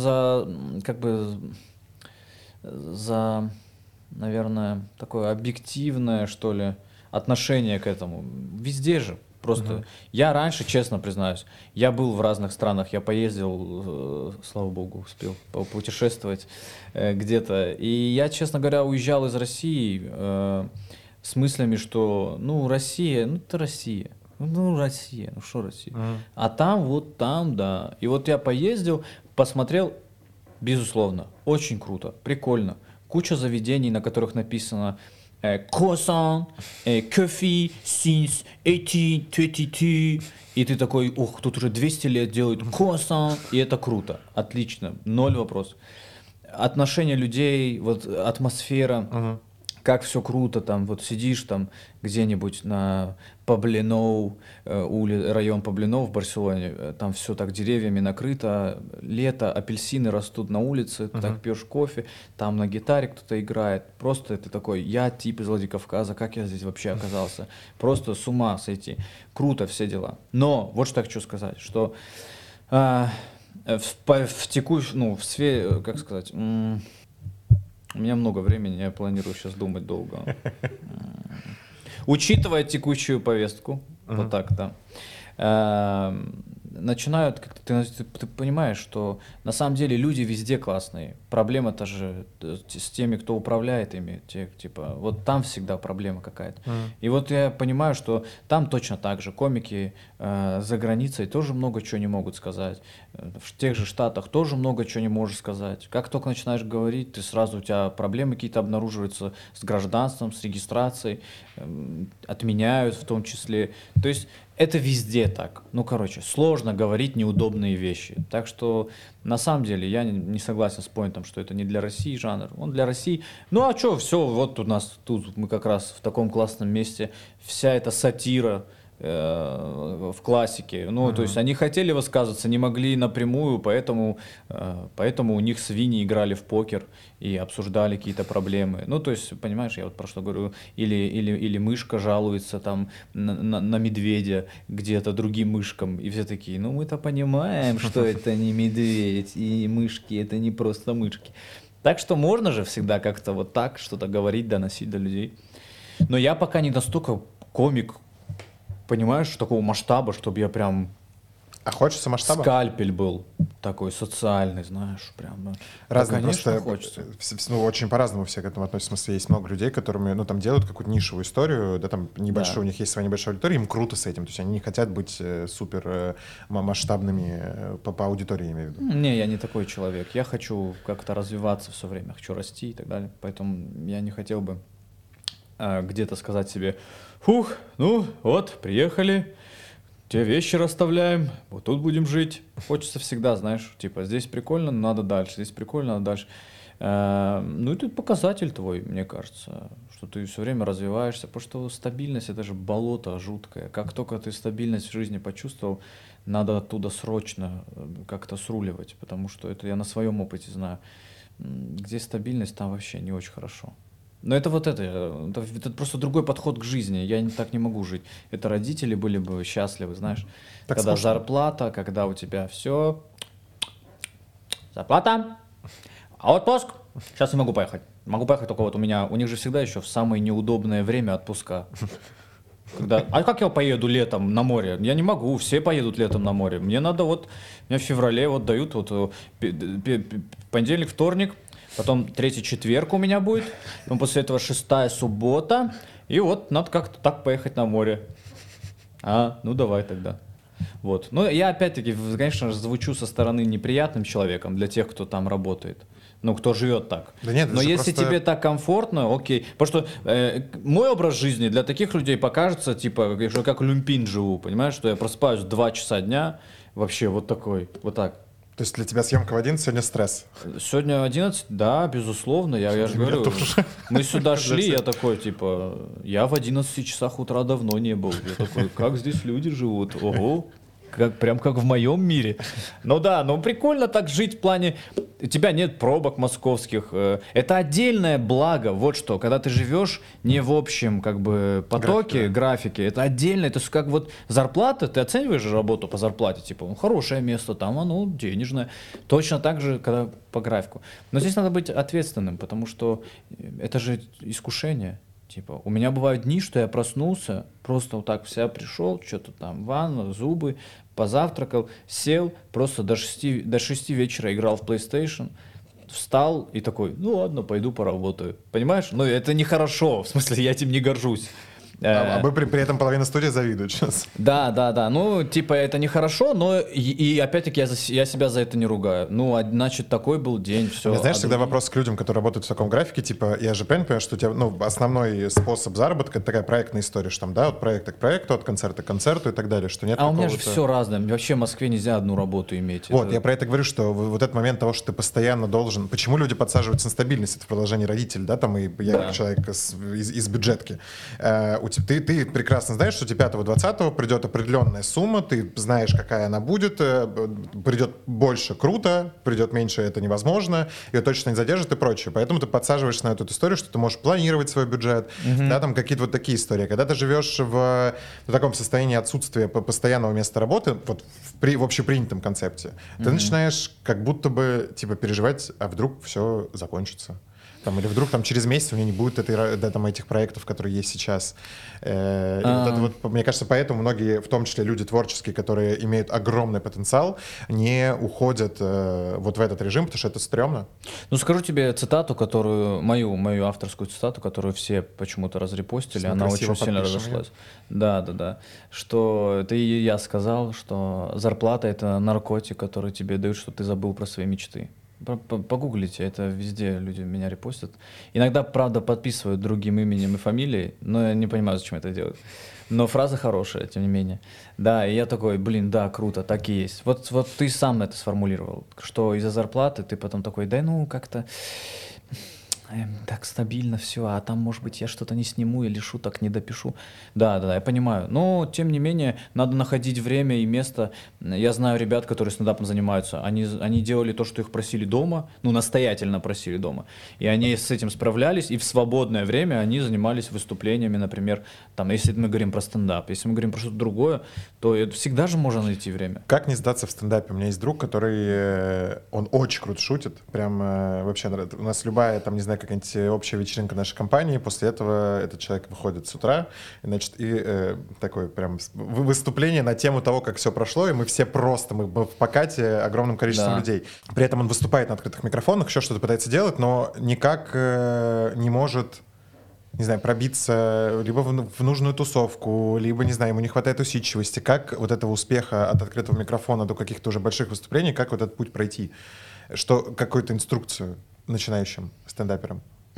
за, наверное, такое объективное, что ли, отношение к этому. Везде же. Просто я раньше, честно признаюсь, я был в разных странах, я поездил, слава богу, успел путешествовать где-то. И я, честно говоря, уезжал из России с мыслями, что, Россия, это Россия. Россия, что Россия? А там, да. И вот я поездил, посмотрел, безусловно, очень круто, прикольно. Куча заведений, на которых написано croissant, coffee since 1822. И ты такой, тут уже 200 лет делают croissant, и это круто, отлично, 0 вопросов. Отношения людей, вот атмосфера, как все круто, там вот сидишь там где-нибудь на Пабленоу, район Пабленоу в Барселоне, там все так деревьями накрыто, лето, апельсины растут на улице, ты так пьешь кофе, там на гитаре кто-то играет, просто это такой, я тип из Владикавказа, как я здесь вообще оказался, просто с ума сойти, круто все дела. Но вот что я хочу сказать, что в текущей, в сфере, как сказать, у меня много времени, я планирую сейчас думать долго. Учитывая текущую повестку, Вот так, да. Начинают, как ты понимаешь, что на самом деле люди везде классные. Проблема-то же с теми, кто управляет ими. Типа, вот там всегда проблема какая-то. И вот я понимаю, что там точно так же. Комики за границей тоже много чего не могут сказать. В тех же Штатах тоже много чего не можешь сказать. Как только начинаешь говорить, ты сразу, у тебя проблемы какие-то обнаруживаются с гражданством, с регистрацией, отменяют в том числе. То есть это везде так. Ну, короче, сложно говорить неудобные вещи. Так что, на самом деле, я не согласен с поинтом, что это не для России жанр. Он для России. Ну, а что, все, вот у нас тут мы как раз в таком классном месте. Вся эта сатира в классике. Ну, то есть они хотели высказываться, не могли напрямую, поэтому у них свиньи играли в покер и обсуждали какие-то проблемы. Ну, то есть, понимаешь, я вот про что говорю, или мышка жалуется там на медведя где-то другим мышкам, и все такие, ну, мы-то понимаем, что это не медведь, и мышки это не просто мышки. Так что можно же всегда как-то вот так что-то говорить, доносить до людей. Но я пока не настолько комик, понимаешь, такого масштаба, чтобы я прям... А хочется масштаба? Скальпель был такой социальный, знаешь, прям. Да. Разные, да, конечно, просто, хочется. ну, очень по-разному все к этому относятся. В смысле, есть много людей, которыми, ну, там делают какую-то нишевую историю, да, там небольшую, у них есть своя небольшая аудитория, им круто с этим, то есть они не хотят быть супер масштабными по аудитории, имею в виду. Не, я не такой человек. Я хочу как-то развиваться все время, хочу расти и так далее. Поэтому я не хотел бы где-то сказать себе, фух, ну вот, приехали, те вещи расставляем, вот тут будем жить. Хочется всегда, знаешь, типа, здесь прикольно, надо дальше, здесь прикольно, надо дальше. Ну и тут показатель твой, мне кажется, что ты все время развиваешься, потому что стабильность — это же болото жуткое. Как только ты стабильность в жизни почувствовал, надо оттуда срочно как-то сруливать, потому что это я на своем опыте знаю. Где стабильность, там вообще не очень хорошо. Но это просто другой подход к жизни. Я так не могу жить. Это родители были бы счастливы, знаешь. Так когда скучно. зарплата, когда у тебя все. Зарплата. А отпуск. Сейчас я могу поехать. Могу поехать только вот у них же всегда еще в самое неудобное время отпуска. А как я поеду летом на море? Я не могу, все поедут летом на море. Мне надо мне в феврале дают понедельник, вторник, потом третий четверг у меня будет, потом после этого шестая суббота, и вот надо как-то так поехать на море. Ну давай тогда. Вот. Но я опять-таки, конечно же, звучу со стороны неприятным человеком для тех, кто там работает. Ну, кто живет так. Да нет, но если просто... тебе так комфортно, окей. Потому что мой образ жизни для таких людей покажется, типа, что как люмпин живу, понимаешь, что я просыпаюсь в 2 часа дня, вообще вот такой, вот так. То есть для тебя съемка в 11 сегодня стресс? Сегодня 11, да, безусловно, я же говорю, мы сюда шли, я такой, типа, я в 11 часах утра давно не был. Я такой, как здесь люди живут, ого. Прям как в моем мире. Ну да, прикольно так жить в плане, у тебя нет пробок московских. Это отдельное благо, вот что, когда ты живешь не в общем как бы потоке, графике, это отдельно, это как вот зарплата, ты оцениваешь же работу по зарплате, типа, хорошее место, там оно денежное. Точно так же, когда по графику. Но здесь надо быть ответственным, потому что это же искушение. Типа, у меня бывают дни, что я проснулся, просто вот так в себя пришел, что-то там, ванна, зубы, позавтракал, сел, просто до 6 вечера играл в PlayStation, встал и такой, ну ладно, пойду поработаю. Понимаешь? Но это нехорошо, в смысле, я этим не горжусь. А вы при этом половина студии завидует сейчас. Да. Ну, типа, это нехорошо, но и опять-таки я себя за это не ругаю. Ну, значит, такой был день, все. Знаешь, всегда вопрос к людям, которые работают в таком графике, типа, я же правильно понимаю, что у тебя, основной способ заработка — это такая проектная история, что там, да, от проекта к проекту, от концерта к концерту и так далее, что нет у меня же все разное. Вообще в Москве нельзя одну работу иметь. Вот, я про это говорю, что вот этот момент того, что ты постоянно должен... Почему люди подсаживаются на стабильность? Это в продолжении родителей, да, там, и я как человек из бюджетки. Ты прекрасно знаешь, что тебе 5-20 придет определенная сумма, ты знаешь, какая она будет, придет больше — круто, придет меньше — это невозможно, ее точно не задержит и прочее. Поэтому ты подсаживаешься на эту историю, что ты можешь планировать свой бюджет, да, там какие-то вот такие истории. Когда ты живешь в таком состоянии отсутствия постоянного места работы, вот в общепринятом концепте, ты начинаешь как будто бы типа переживать, а вдруг все закончится. Там, или вдруг там через месяц у меня не будет этих проектов, которые есть сейчас. И вот это вот, мне кажется, поэтому многие, в том числе люди творческие, которые имеют огромный потенциал, не уходят вот в этот режим, потому что это стрёмно. Ну, скажу тебе цитату, мою авторскую цитату, которую все почему-то разрепостили, она очень сильно разошлась. Да. Что это и я сказал, что зарплата — это наркотик, который тебе дают, что ты забыл про свои мечты. Погуглите, это везде люди меня репостят. Иногда, правда, подписывают другим именем и фамилией, но я не понимаю, зачем это делать. Но фраза хорошая, тем не менее. Да, и я такой, блин, да, круто, так и есть. Вот ты сам это сформулировал, что из-за зарплаты ты потом такой, да ну как-то так стабильно все, а там, может быть, я что-то не сниму или шуток не допишу. Да, я понимаю. Но, тем не менее, надо находить время и место. Я знаю ребят, которые стендапом занимаются. Они делали то, что их просили дома, настоятельно просили дома. И они с этим справлялись, и в свободное время они занимались выступлениями, например, там, если мы говорим про стендап. Если мы говорим про что-то другое, то всегда же можно найти время. Как не сдаться в стендапе? У меня есть друг, который, он очень круто шутит. Прям вообще, у нас любая, там, не знаю, какая-нибудь общая вечеринка нашей компании, после этого этот человек выходит с утра, значит, и такое прям выступление на тему того, как все прошло, и мы все просто, мы в покате огромным количеством людей. При этом он выступает на открытых микрофонах, еще что-то пытается делать, но никак не может, не знаю, пробиться либо в нужную тусовку, либо, не знаю, ему не хватает усидчивости. Как вот этого успеха от открытого микрофона до каких-то уже больших выступлений, как вот этот путь пройти? Какую-то инструкцию начинающим стендаперам?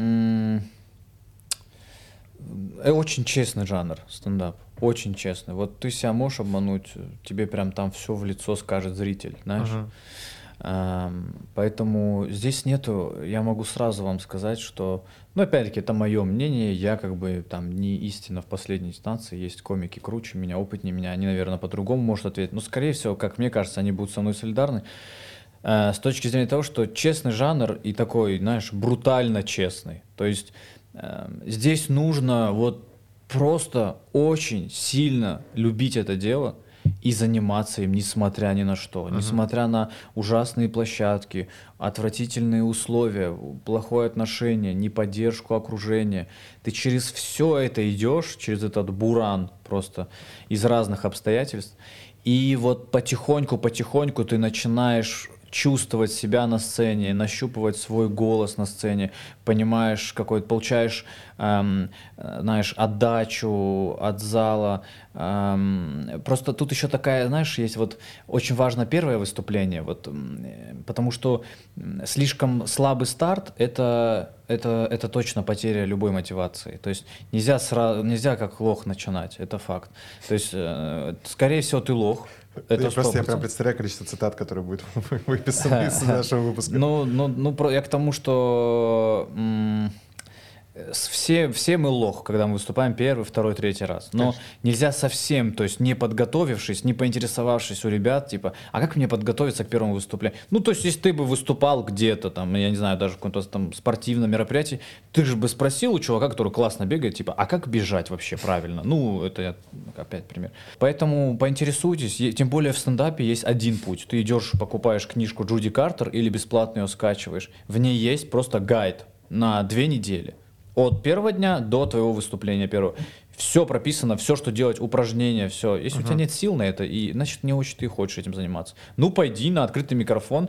Очень честный жанр стендап, очень честный. Вот ты себя можешь обмануть, тебе прям там все в лицо скажет зритель, знаешь. Поэтому здесь нету, я могу сразу вам сказать, что, опять-таки, это мое мнение, я как бы там не истина в последней инстанции, есть комики круче меня, опытнее меня, они, наверное, по-другому могут ответить, но, скорее всего, как мне кажется, они будут со мной солидарны. С точки зрения того, что честный жанр и такой, знаешь, брутально честный. То есть здесь нужно вот просто очень сильно любить это дело и заниматься им, несмотря ни на что. Несмотря на ужасные площадки, отвратительные условия, плохое отношение, неподдержку окружения. Ты через все это идешь, через этот буран просто из разных обстоятельств. И вот потихоньку ты начинаешь чувствовать себя на сцене, нащупывать свой голос на сцене, понимаешь, получаешь, знаешь, отдачу от зала. Просто тут еще такая, знаешь, есть вот очень важно первое выступление, вот, потому что слишком слабый старт это точно потеря любой мотивации. То есть нельзя как лох начинать, это факт. То есть, скорее всего, ты лох. Я прям представляю количество цитат, которые будут выписаны из нашего выпуска. Я к тому, что все мы лох, когда мы выступаем первый, второй, третий раз. Но нельзя совсем, то есть не подготовившись, не поинтересовавшись у ребят, типа, а как мне подготовиться к первому выступлению? То есть если ты бы выступал где-то, там, я не знаю, даже в каком-то там спортивном мероприятии, ты же бы спросил у чувака, который классно бегает, типа, а как бежать вообще правильно? Это я опять пример. Поэтому поинтересуйтесь, тем более в стендапе есть один путь. Ты идешь, покупаешь книжку Джуди Картер или бесплатно ее скачиваешь. В ней есть просто гайд на 2 недели. От первого дня до твоего выступления первого. Все прописано, все, что делать, упражнения, все. Если у тебя нет сил на это, значит, не очень ты хочешь этим заниматься. Пойди на открытый микрофон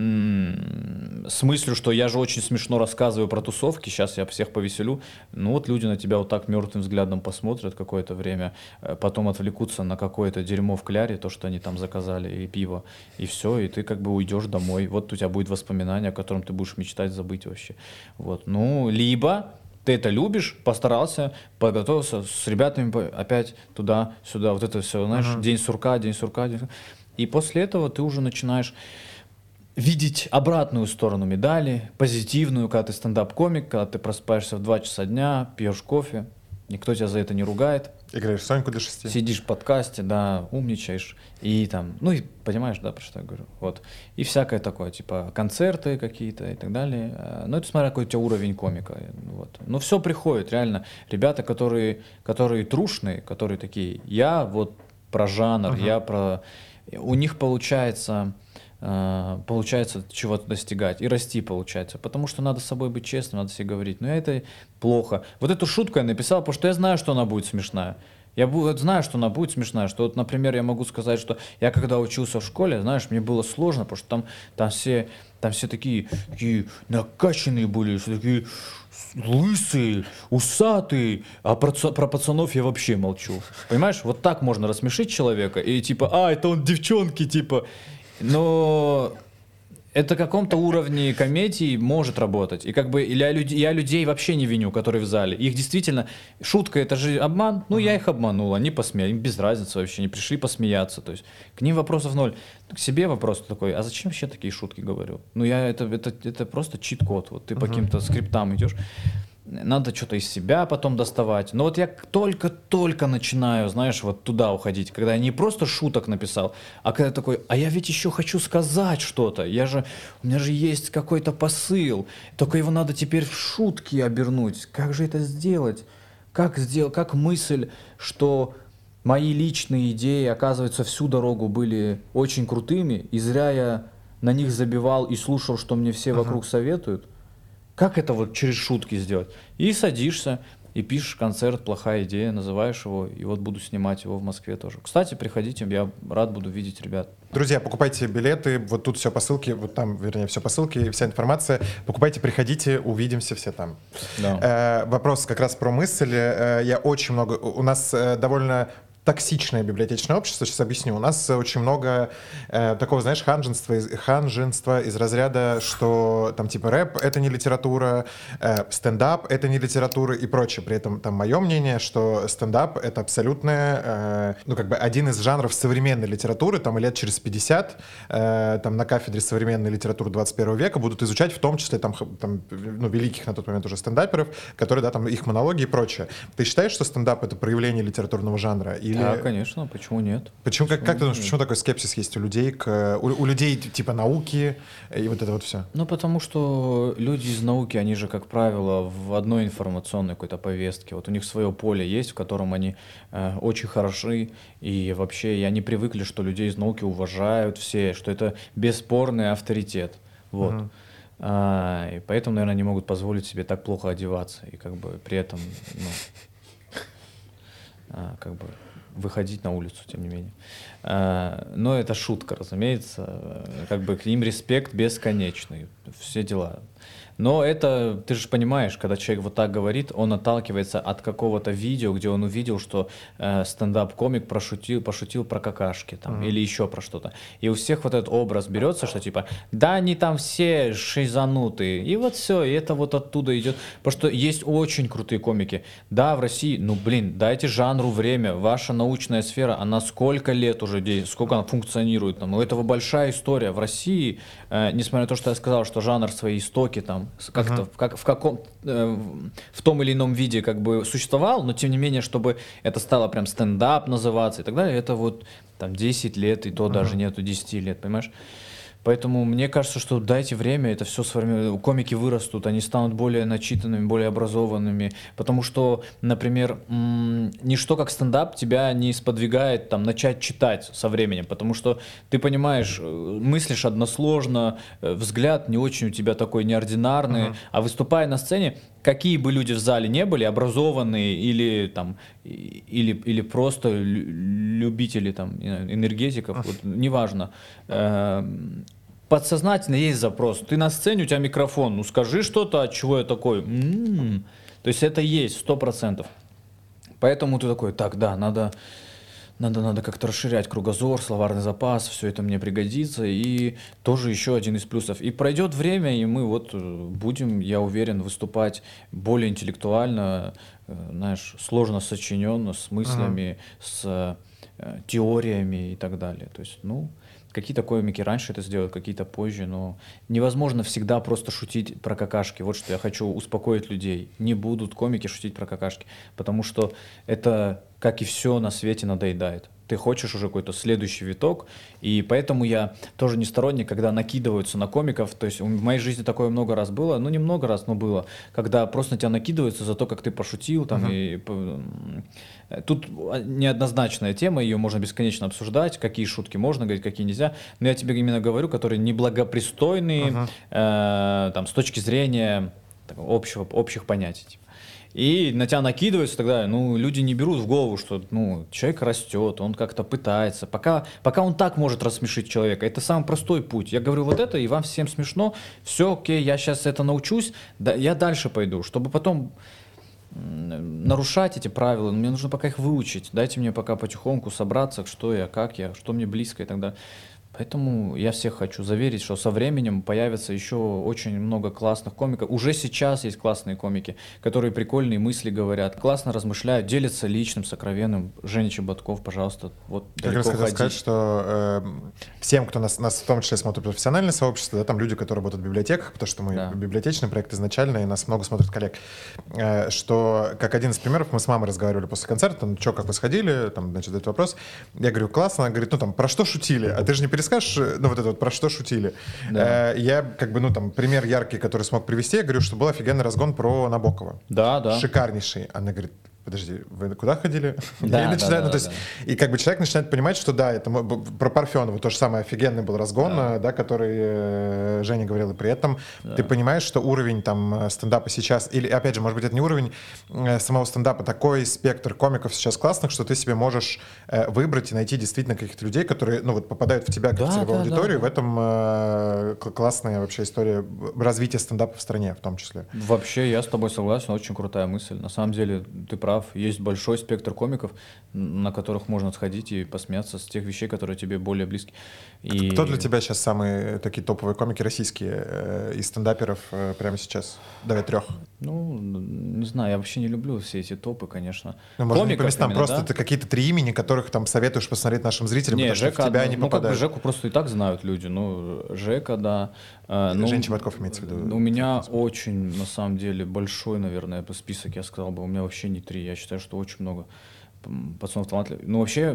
с мыслью, что я же очень смешно рассказываю про тусовки, сейчас я всех повеселю. Люди на тебя вот так мертвым взглядом посмотрят какое-то время, потом отвлекутся на какое-то дерьмо в кляре, то, что они там заказали, и пиво, и все, и ты как бы уйдешь домой. Вот у тебя будет воспоминание, о котором ты будешь мечтать забыть вообще. Вот. Либо ты это любишь, постарался, подготовился с ребятами опять туда-сюда, вот это все, знаешь, день сурка. И после этого ты уже начинаешь видеть обратную сторону медали, позитивную, когда ты стендап-комик, когда ты просыпаешься в 2 часа дня, пьешь кофе, никто тебя за это не ругает. Играешь Соньку до 6. Сидишь в подкасте, да, умничаешь, и там, и понимаешь, да, про что я говорю, вот. И всякое такое, типа концерты какие-то и так далее. Это смотря какой у тебя уровень комика, вот. Но все приходит, реально. Ребята, которые трушные, которые такие, я вот про жанр, я про... У них получается получается чего-то достигать и расти получается. Потому что надо с собой быть честным, надо себе говорить, это плохо. Вот эту шутку я написал, потому что я знаю, что она будет смешная. Знаю, что она будет смешная, что вот, например, я могу сказать, что я когда учился в школе, знаешь, мне было сложно, потому что там все такие накачанные были, все такие лысые, усатые, а про пацанов я вообще молчу. Понимаешь, вот так можно рассмешить человека, и типа, это он девчонки, типа, но... Это в каком-то уровне комедии может работать. И я людей вообще не виню, которые в зале. Их действительно... Шутка — это же обман. Я их обманул, они посмеялись. Им без разницы вообще, они пришли посмеяться. То есть к ним вопросов ноль. К себе вопрос такой, а зачем вообще такие шутки говорю? Это просто чит-код. Вот ты по каким-то скриптам идешь. Надо что-то из себя потом доставать. Но вот я только начинаю, знаешь, вот туда уходить, когда я не просто шуток написал, а когда такой, я ведь еще хочу сказать что-то. У меня же есть какой-то посыл, только его надо теперь в шутки обернуть. Как же это сделать? Как мысль, что мои личные идеи, оказывается, всю дорогу были очень крутыми, и зря я на них забивал и слушал, что мне все вокруг советуют. Как это вот через шутки сделать? И садишься, и пишешь концерт, плохая идея, называешь его, и вот буду снимать его в Москве тоже. Кстати, приходите, я рад буду видеть ребят. Друзья, покупайте билеты, вот тут все по ссылке, вот там, вернее, все по ссылке, вся информация. Покупайте, приходите, увидимся все там. Да. Вопрос как раз про мысль. У нас довольно токсичное библиотечное общество, сейчас объясню. У нас очень много такого, знаешь, ханженства из разряда, что там типа рэп — это не литература, стендап — это не литература и прочее. При этом там мое мнение, что стендап — это абсолютно, один из жанров современной литературы, там и лет через 50 там на кафедре современной литературы 21 века будут изучать в том числе великих на тот момент уже стендаперов, которые, там их монологи и прочее. Ты считаешь, что стендап — это проявление литературного жанра? Да, конечно, почему нет? Как ты думаешь, почему такой скепсис есть у людей у людей типа науки и вот это вот все? Потому что люди из науки, они же, как правило, в одной информационной какой-то повестке. Вот у них свое поле есть, в котором они очень хороши, и вообще они привыкли, что людей из науки уважают все, что это бесспорный авторитет. Вот. И поэтому, наверное, они могут позволить себе так плохо одеваться и при этом, выходить на улицу, тем не менее. Но это шутка, разумеется. К ним респект бесконечный. Все дела. Но это, ты же понимаешь, когда человек вот так говорит, он отталкивается от какого-то видео, где он увидел, что стендап-комик пошутил про какашки или еще про что-то. И у всех вот этот образ берется, что типа, да они там все шизанутые. И вот все, и это вот оттуда идет. Потому что есть очень крутые комики. Да, в России, дайте жанру время. Ваша научная сфера, она сколько лет уже, сколько она функционирует. У этого большая история. В России, несмотря на то, что я сказал, что жанр свои истоки как-то в том или ином виде существовал, но тем не менее, чтобы это стало прям стендап называться и так далее, это 10 лет, и то даже нету 10 лет, понимаешь? Поэтому мне кажется, что дайте время, это все сформируется, комики вырастут, они станут более начитанными, более образованными, потому что, например, ничто как стендап тебя не сподвигает начать читать со временем, потому что ты понимаешь, мыслишь односложно, взгляд не очень у тебя такой неординарный, а выступая на сцене, какие бы люди в зале не были, образованные или просто любители энергетиков, неважно, подсознательно есть запрос. Ты на сцене, у тебя микрофон, скажи что-то, от чего я такой. То есть это есть 100%. Поэтому ты такой, надо как-то расширять кругозор, словарный запас, все это мне пригодится. И тоже еще один из плюсов. И пройдет время, и мы будем, я уверен, выступать более интеллектуально, сложно сочиненно, с мыслями, с теориями и так далее. То есть, какие-то комики раньше это сделают, какие-то позже, но невозможно всегда просто шутить про какашки. Вот что я хочу успокоить людей. Не будут комики шутить про какашки, потому что это как и все на свете, надоедает. Ты хочешь уже какой-то следующий виток, и поэтому я тоже не сторонник, когда накидываются на комиков. То есть в моей жизни такое много раз было, ну не много раз, но было, когда просто на тебя накидываются за то, как ты пошутил, там, тут неоднозначная тема, ее можно бесконечно обсуждать, какие шутки можно говорить, какие нельзя, но я тебе именно говорю, которые неблагопристойные, там, с точки зрения общих понятий. И на тебя накидываются тогда, ну, люди не берут в голову, что, ну, человек растет, он как-то пытается. Пока он так может рассмешить человека, это самый простой путь. Я говорю вот это, и вам всем смешно, все, окей, я сейчас это научусь, да, я дальше пойду, чтобы потом нарушать эти правила, мне нужно пока их выучить. Дайте мне пока потихоньку собраться, что я, как я, что мне близко и так далее. Поэтому я всех хочу заверить, что со временем появится еще очень много классных комиков. Уже сейчас есть классные комики, которые прикольные мысли говорят, классно размышляют, делятся личным, сокровенным. Женя Чеботков, пожалуйста, вот как раз хотел сказать, что всем, кто нас в том числе смотрит профессиональное сообщество, да, там люди, которые работают в библиотеках, потому что мы библиотечный проект изначально, и нас много смотрят коллег, что, как один из примеров, мы с мамой разговаривали после концерта, ну что, как вы сходили, там, значит, этот вопрос. Я говорю, классно, она говорит, ну там, про что шутили? А ты же не перескажешь, ну вот это вот, про что шутили. Да. Я как бы, ну там, пример яркий, который смог привести, я говорю, что был офигенный разгон про Набокова. Да. Шикарнейший. Она говорит, подожди, вы куда ходили? И как бы человек начинает понимать, что да, это про Парфенова то же самое, офигенный был разгон, да, который Женя говорил, и при этом ты понимаешь, что уровень там стендапа сейчас, или опять же, может быть, это не уровень самого стендапа, такой спектр комиков сейчас классных, что ты себе можешь выбрать и найти действительно каких-то людей, которые, ну вот, попадают в тебя как в целевую аудиторию, в этом классная вообще история развития стендапа в стране в том числе. Вообще, я с тобой согласен, очень крутая мысль. На самом деле, ты прав. Есть большой спектр комиков, на которых можно сходить и посмеяться с тех вещей, которые тебе более близки. И... Кто для тебя сейчас самые такие топовые комики российские из стендаперов прямо сейчас? Давай 3. Ну, не знаю, я вообще не люблю все эти топы, конечно. Ну, может, не по местам, просто ты какие-то 3 имени, которых там советуешь посмотреть нашим зрителям, не, потому Жека, что в тебя они попадают. Ну, как бы Жеку просто и так знают люди. Ну, Жека, да. Женя Чеботков имеется в виду. У меня очень, на самом деле, большой, наверное, список, я сказал бы. У меня вообще не 3. Я считаю, что очень много пацанов талантливых. Ну, вообще,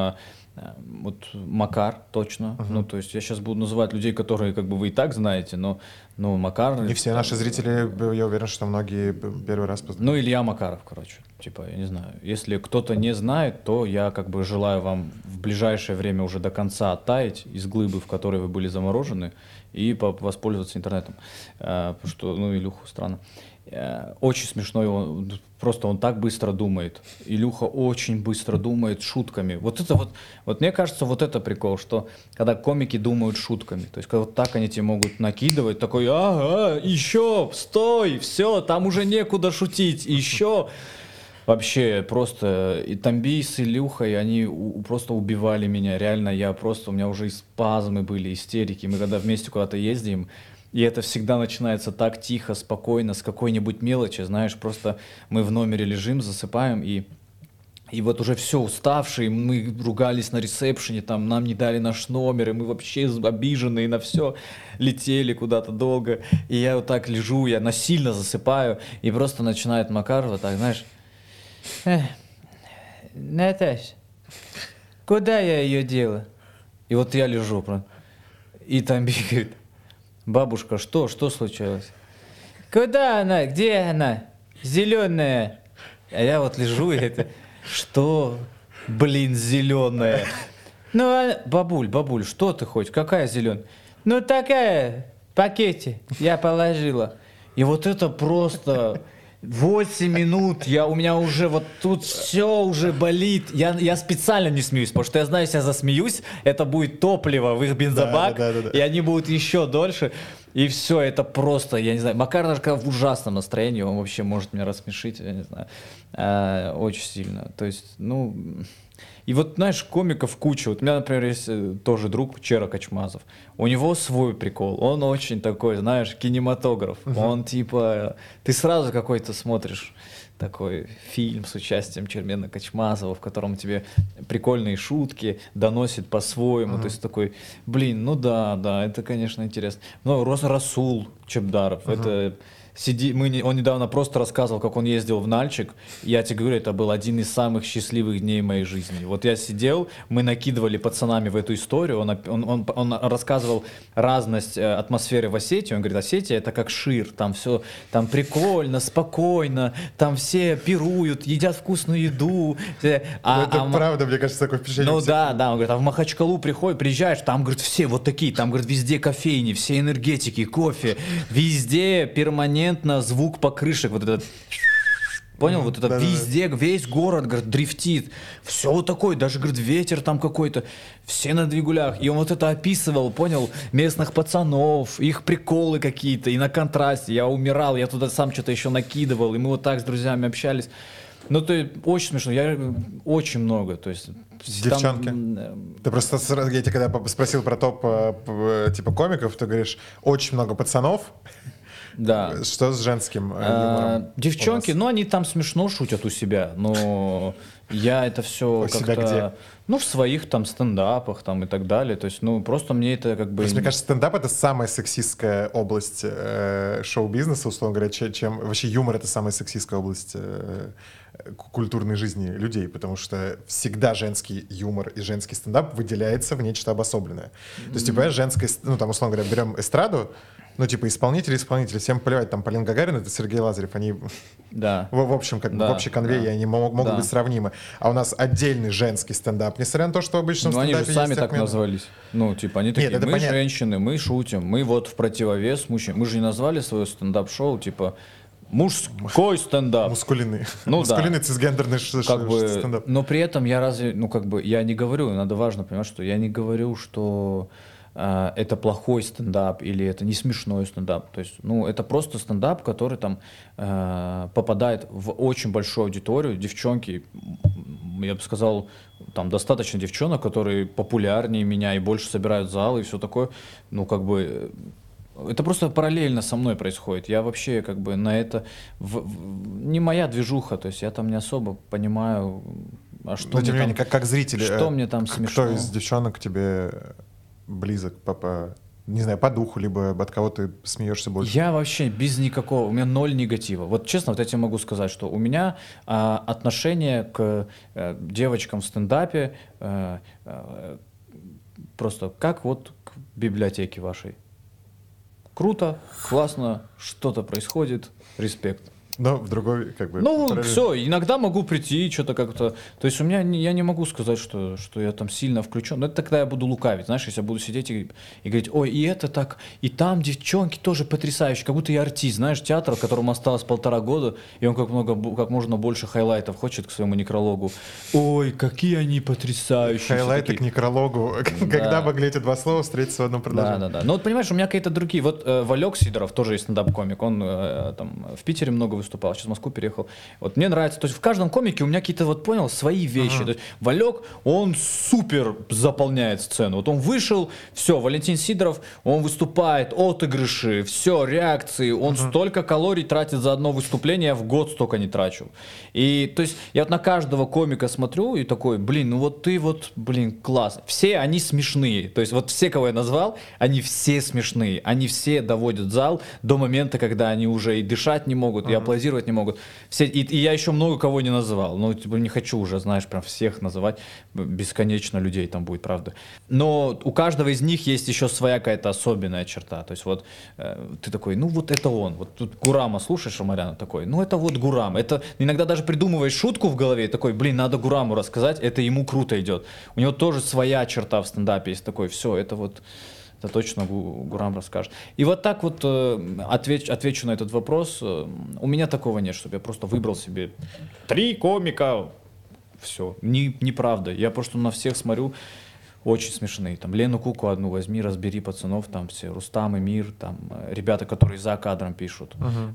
вот Макар точно. Ну, то есть я сейчас буду называть людей, которые как бы вы и так знаете, но Макар... Не все наши зрители, я уверен, что многие первый раз познают. Ну, Илья Макаров, короче. Типа, я не знаю. Если кто-то не знает, то я как бы желаю вам в ближайшее время уже до конца оттаять из глыбы, в которой вы были заморожены, и воспользоваться интернетом. Потому что, ну, Илюху странно. Очень смешной, он так быстро думает. Илюха очень быстро думает шутками. Вот это вот мне кажется, вот это прикол, что когда комики думают шутками, то есть когда вот так они тебе могут накидывать, такой, ага, еще, стой, все, там уже некуда шутить, еще. Вообще, просто и Тамби с Илюхой, они просто убивали меня, реально, у меня уже и спазмы были, истерики, мы когда вместе куда-то ездим, и это всегда начинается так тихо, спокойно, с какой-нибудь мелочи, знаешь, просто мы в номере лежим, засыпаем, и вот уже все уставшие, мы ругались на ресепшене, там нам не дали наш номер, и мы вообще обиженные на все, летели куда-то долго, и я вот так лежу, я насильно засыпаю, и просто начинает Макар вот так, знаешь, Наташ, куда я ее дела? И вот я лежу, и там бегает. Бабушка, что случилось? Куда она? Где она? Зеленая. А я вот лежу, и это... Что? Блин, зеленая. Ну, бабуль, что ты хочешь? Какая зеленая? Ну, такая, в пакете. Я положила. И вот это просто... 8 минут, у меня уже вот тут все уже болит. Я специально не смеюсь, потому что я знаю, если я засмеюсь, это будет топливо в их бензобак, и они будут еще дольше. И все, это просто, я не знаю, Макар даже когда в ужасном настроении, он вообще может меня рассмешить, я не знаю, очень сильно. То есть, ну... И вот, знаешь, комиков куча. Вот у меня, например, есть тоже друг Чера Качмазов. У него свой прикол. Он очень такой, знаешь, кинематограф. Он типа... Ты сразу какой-то смотришь такой фильм с участием Чермена Качмазова, в котором тебе прикольные шутки доносит по-своему. То есть такой, блин, ну да, это, конечно, интересно. Ну, Расул Чебдаров, это он недавно просто рассказывал, как он ездил в Нальчик. Я тебе говорю, это был один из самых счастливых дней моей жизни. Вот я сидел, мы накидывали пацанами в эту историю, он рассказывал разность атмосферы в Осетии. Он говорит, Осетия это как Шир, там все, там прикольно, спокойно, там все пируют, едят вкусную еду. Это правда, мне кажется, такое впечатление. Ну да, он говорит, а в Махачкалу приезжаешь, там, говорит, все вот такие, там, говорит, везде кофейни, все энергетики, кофе, везде перманентно звук покрышек, вот этот... Понял? Вот это везде, весь город, говорит, дрифтит. Все вот такое, даже, говорит, ветер там какой-то. Все на двигулях. И он вот это описывал, понял? Местных пацанов, их приколы какие-то. И на контрасте. Я умирал, я туда сам что-то еще накидывал. И мы вот так с друзьями общались. Ну, то есть, очень смешно. Очень много. То есть, девчонки? Ты просто, я тебя когда спросил про топ типа комиков, ты говоришь, очень много пацанов. Да. Что с женским юмором? Девчонки, ну они там смешно шутят у себя, но я это все как-то... Ну, в своих там стендапах там и так далее. То есть, ну, просто мне это как бы... То есть, мне кажется, стендап — это самая сексистская область шоу-бизнеса, условно говоря, чем... Вообще юмор — это самая сексистская область культурной жизни людей, потому что всегда женский юмор и женский стендап выделяется в нечто обособленное. То есть, типа, женское... Ну, там, условно говоря, берем эстраду, ну, типа, исполнители, всем плевать, там, Полина Гагарина, это Сергей Лазарев, они в общем, как бы в общей конвее они могут быть сравнимы. А у нас отдельный женский стендап, несмотря на то, что в обычном стендапе они же сами так назвались. Ну, типа, они такие, мы женщины, мы шутим, мы вот в противовес мужчин. Мы же не назвали свое стендап-шоу, типа, мужской стендап. Мускулинный. Ну, мускулинный цисгендерный стендап. Но при этом я я не говорю, надо важно понимать, что я не говорю, что это плохой стендап или это не смешной стендап. То есть, ну, это просто стендап, который там попадает в очень большую аудиторию. Девчонки, я бы сказал, там достаточно девчонок, которые популярнее меня и больше собирают залы и все такое. Ну, как бы... Это просто параллельно со мной происходит. Я вообще как бы на это... не моя движуха, то есть я там не особо понимаю, а что но, тем не менее, как зритель, что мне там смешно. Кто из девчонок тебе близок не знаю, по духу, либо от кого ты смеешься больше? Я вообще без никакого, у меня 0 негатива. Вот честно, вот я тебе могу сказать, что у меня отношение к девочкам в стендапе просто как вот к библиотеке вашей. Круто, классно, что-то происходит, респект. Но в другой, как бы... Ну, все, иногда могу прийти, что-то как-то... То есть я не могу сказать, что я там сильно включен. Но это тогда я буду лукавить, знаешь, если я буду сидеть и говорить, ой, и это так, и там девчонки тоже потрясающие, как будто я артист, знаешь, театр, которому осталось 1,5 года, и он как можно больше хайлайтов хочет к своему некрологу. Ой, какие они потрясающие. Хайлайты к некрологу. Когда могли эти два слова встретиться в одном предложении? Да. Ну вот понимаешь, у меня какие-то другие. Вот Валек Сидоров тоже есть стендап-комик, он там в Питере много выступал, сейчас в Москву переехал. Вот мне нравится, то есть в каждом комике у меня какие-то, вот понял, свои вещи. То есть Валек, он супер заполняет сцену. Вот он вышел, все, Валентин Сидоров, он выступает, отыгрыши, все, реакции, он столько калорий тратит за одно выступление, я в год столько не трачу. И то есть я вот на каждого комика смотрю и такой, блин, ну вот ты вот, блин, класс. Все они смешные. То есть вот все, кого я назвал, они все смешные. Они все доводят зал до момента, когда они уже и дышать не могут, и аплодировать не могут. Все, и я еще много кого не называл. Ну, типа, не хочу уже, знаешь, прям всех называть. Бесконечно людей там будет, правда. Но у каждого из них есть еще своя какая-то особенная черта. То есть вот ты такой, ну вот это он. Вот тут Гурама слушаешь, Ромаряна такой, ну это вот Гурам. Это иногда даже придумываешь шутку в голове и такой, блин, надо Гураму рассказать, это ему круто идет. У него тоже своя черта в стендапе есть такой, все, это вот... Это точно Гурам расскажет. И вот так вот отвечу на этот вопрос. У меня такого нет, чтобы я просто выбрал себе 3 комика. Все. Неправда. Я просто на всех смотрю. Очень смешные. Там Лену Куку одну возьми, разбери пацанов. Там все Рустам, Эмир, там ребята, которые за кадром пишут.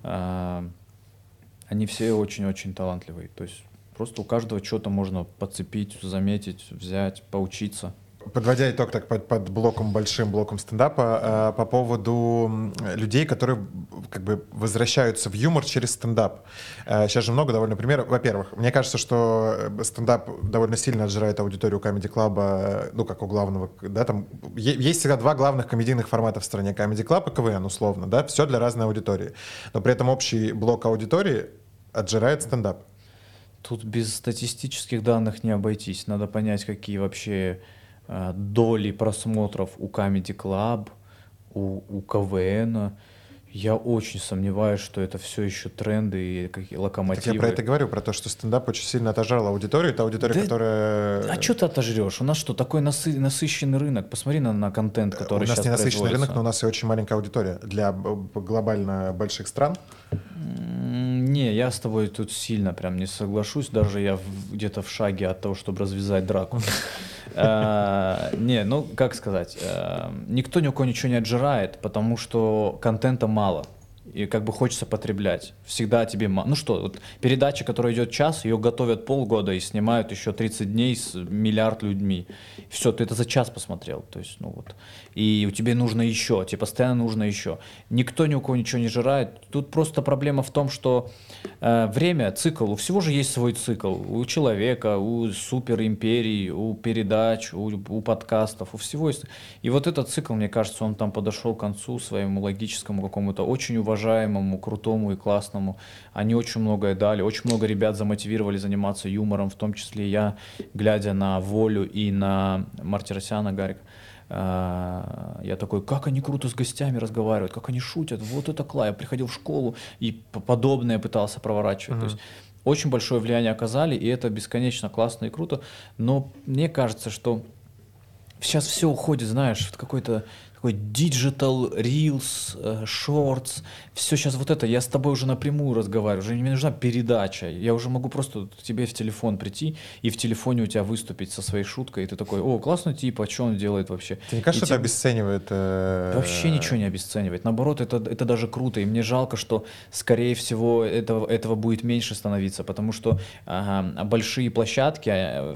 Они все очень-очень талантливые. То есть просто у каждого что-то можно подцепить, заметить, взять, поучиться. Подводя итог так под блоком, большим блоком стендапа, по поводу людей, которые как бы возвращаются в юмор через стендап. Сейчас же много довольно примеров. Во-первых, мне кажется, что стендап довольно сильно отжирает аудиторию Comedy Club, ну, как у главного, да, там есть всегда два главных комедийных формата в стране: Comedy Club и КВН, условно, да, все для разной аудитории. Но при этом общий блок аудитории отжирает стендап. Тут без статистических данных не обойтись. Надо понять, какие вообще доли просмотров у Comedy Club, у КВН. Я очень сомневаюсь, что это все еще тренды и какие локомотивы. Так я про это говорю, про то, что стендап очень сильно отожрал аудиторию. Это аудитория, Да, которая... а что ты отожрешь? У нас что, такой насыщенный рынок? Посмотри на контент, который сейчас У нас не насыщенный рынок, производится. но у нас и очень маленькая аудитория для глобально больших стран. Не, я с тобой тут сильно прям не соглашусь, даже я где-то в шаге от того, чтобы развязать драку. Не, ну как сказать, никто ни у кого ничего не отжирает, потому что контента мало. И как бы хочется потреблять. Всегда тебе мало. Ну что, вот передача, которая идет час, ее готовят полгода и снимают еще 30 дней с миллиард людьми. Все, ты это за час посмотрел. То есть, ну вот. И у тебя нужно еще, тебе постоянно нужно еще. Никто ни у кого ничего не жирает. Тут просто проблема в том, что время, цикл, у всего же есть свой цикл. У человека, у суперимперий, у передач, у подкастов, у всего есть. И вот этот цикл, мне кажется, он там подошел к концу своему логическому какому-то очень уважаемому, крутому и классному. Они очень многое дали, очень много ребят замотивировали заниматься юмором, в том числе я, глядя на Волю и на Мартиросяна Гарика. Я такой, как они круто с гостями разговаривают, как они шутят, вот это класс. Я приходил в школу и подобное пытался проворачивать. То есть очень большое влияние оказали, и это бесконечно классно и круто. Но мне кажется, что сейчас все уходит, знаешь, в какой-то такой digital, reels, shorts, все сейчас вот это, я с тобой уже напрямую разговариваю, уже не мне нужна передача, я уже могу просто тебе в телефон прийти и в телефоне у тебя выступить со своей шуткой, и ты такой, о, классный тип, а что он делает вообще? Тебе не кажется, И это обесценивает? Вообще ничего не обесценивает. Наоборот, это даже круто. И мне жалко, что, скорее всего, этого будет меньше становиться, потому что большие площадки,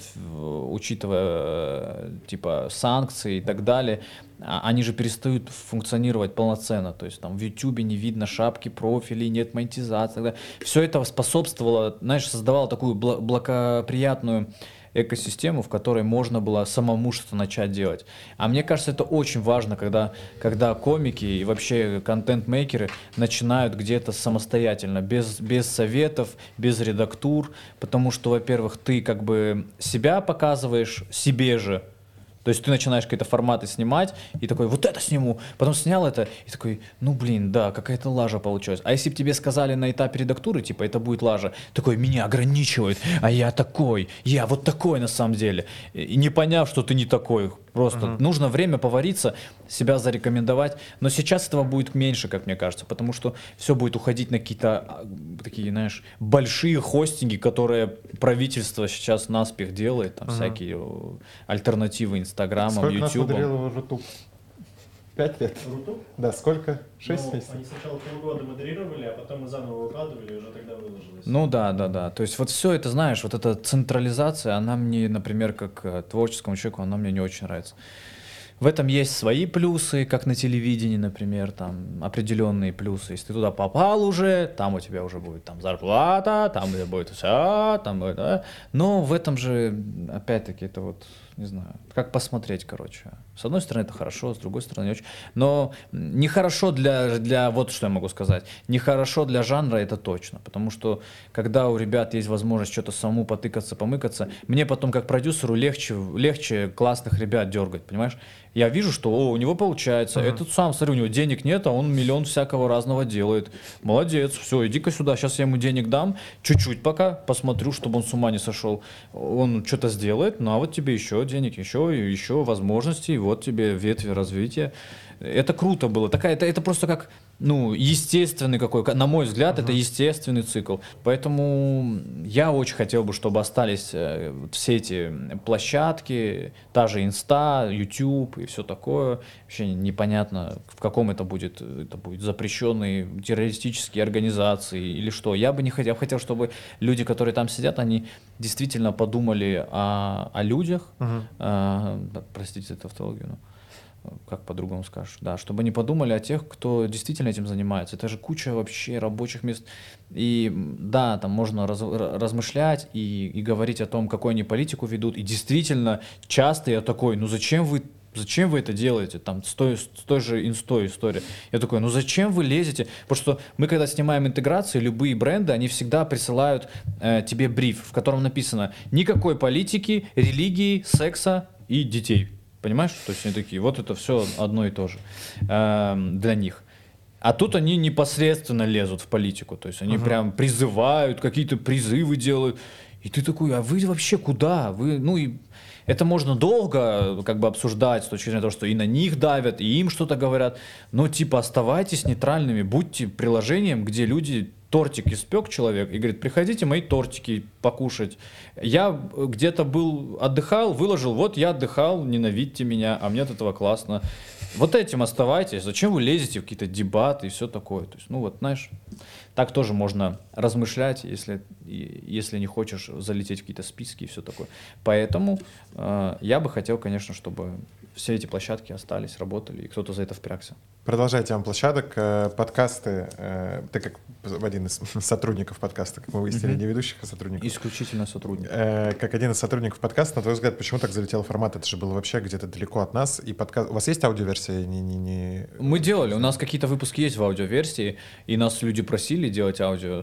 учитывая типа санкции и так далее, они же перестают функционировать полноценно. То есть там в Ютубе не видно шапки профилей, нет монетизации. Все это способствовало, знаешь, создавало такую благоприятную экосистему, в которой можно было самому что-то начать делать. А мне кажется, это очень важно, когда комики и вообще контент-мейкеры начинают где-то самостоятельно, без советов, без редактур, потому что, во-первых, ты как бы себя показываешь себе же. То есть ты начинаешь какие-то форматы снимать, и такой, вот это сниму, потом снял это, и такой, ну блин, да, какая-то лажа получилась. А если бы тебе сказали на этапе редактуры, типа, это будет лажа, такой, меня ограничивает, а я такой, я вот такой на самом деле. И не поняв, что ты не такой, просто нужно время повариться, себя зарекомендовать. Но сейчас этого будет меньше, как мне кажется, потому что все будет уходить на какие-то такие, знаешь, большие хостинги, которые правительство сейчас наспех делает, там всякие альтернативы Инстаграмом, Сколько нас Ютубом. модерировал его Рутуб? 5 лет? Рутуб? Да, сколько? 6 Ну, месяцев? они сначала полгода модерировали, а потом мы заново выкладывали, и уже тогда выложилось. Ну да. То есть вот все это, знаешь, вот эта централизация, она мне, например, как творческому человеку, она мне не очень нравится. В этом есть свои плюсы, как на телевидении, например, там определенные плюсы. Если ты туда попал уже, там у тебя уже будет там зарплата, там у тебя будет все, там будет, да. Но в этом же, опять-таки, это вот, не знаю, как посмотреть, короче. С одной стороны, это хорошо, с другой стороны, не очень. Но нехорошо для, вот что я могу сказать, нехорошо для жанра, это точно. Потому что, когда у ребят есть возможность что-то самому потыкаться, помыкаться, мне потом, как продюсеру, легче классных ребят дергать, понимаешь? Я вижу, что у него получается. Этот сам, смотри, у него денег нет, а он миллион всякого разного делает. Молодец, все, иди-ка сюда, сейчас я ему денег дам, чуть-чуть пока, посмотрю, чтобы он с ума не сошел. Он что-то сделает, ну а вот тебе еще денег, еще возможностей, вот тебе ветви развития. Это круто было. Это просто как, ну, естественный какой, на мой взгляд, это естественный цикл. Поэтому я очень хотел бы, чтобы остались все эти площадки, та же Инста, YouTube и все такое. Вообще непонятно, в каком это будет запрещенные террористические организации или что. Я бы не хотел, чтобы люди, которые там сидят, они действительно подумали о людях, простите за тавтологию, но как по-другому скажешь, да, чтобы они подумали о тех, кто действительно этим занимается. Это же куча вообще рабочих мест. И да, там можно размышлять и говорить о том, какую они политику ведут. И действительно, часто я такой, ну зачем вы это делаете? Там с той же инстой история. Я такой, ну зачем вы лезете? Потому что мы, когда снимаем интеграции, любые бренды, они всегда присылают тебе бриф, в котором написано никакой политики, религии, секса и детей. Понимаешь? То есть они такие, вот это все одно и то же для них. А тут они непосредственно лезут в политику. То есть они прям призывают, какие-то призывы делают. И ты такой, а вы вообще куда? Это можно долго как бы обсуждать с точки зрения того, что и на них давят, и им что-то говорят. Но типа оставайтесь нейтральными, будьте приложением, где люди... Тортик испек человек и говорит, приходите мои тортики покушать. Я где-то отдыхал, выложил, вот я отдыхал, ненавидьте меня, а мне от этого классно. Вот этим оставайтесь. Зачем вы лезете в какие-то дебаты и все такое? То есть, ну вот, знаешь, так тоже можно размышлять, если не хочешь залететь в какие-то списки и все такое. Поэтому я бы хотел, конечно, чтобы все эти площадки остались, работали, и кто-то за это впрягся. Продолжая тему площадок, подкасты, ты как один из сотрудников подкаста, как мы выяснили, не ведущих, а сотрудников. Исключительно сотрудник. Как один из сотрудников подкаста, на твой взгляд, почему так залетел формат? Это же было вообще где-то далеко от нас. И подкаст... У вас есть аудиоверсия? Мы делали, у нас какие-то выпуски есть в аудиоверсии, и нас люди просили делать аудио,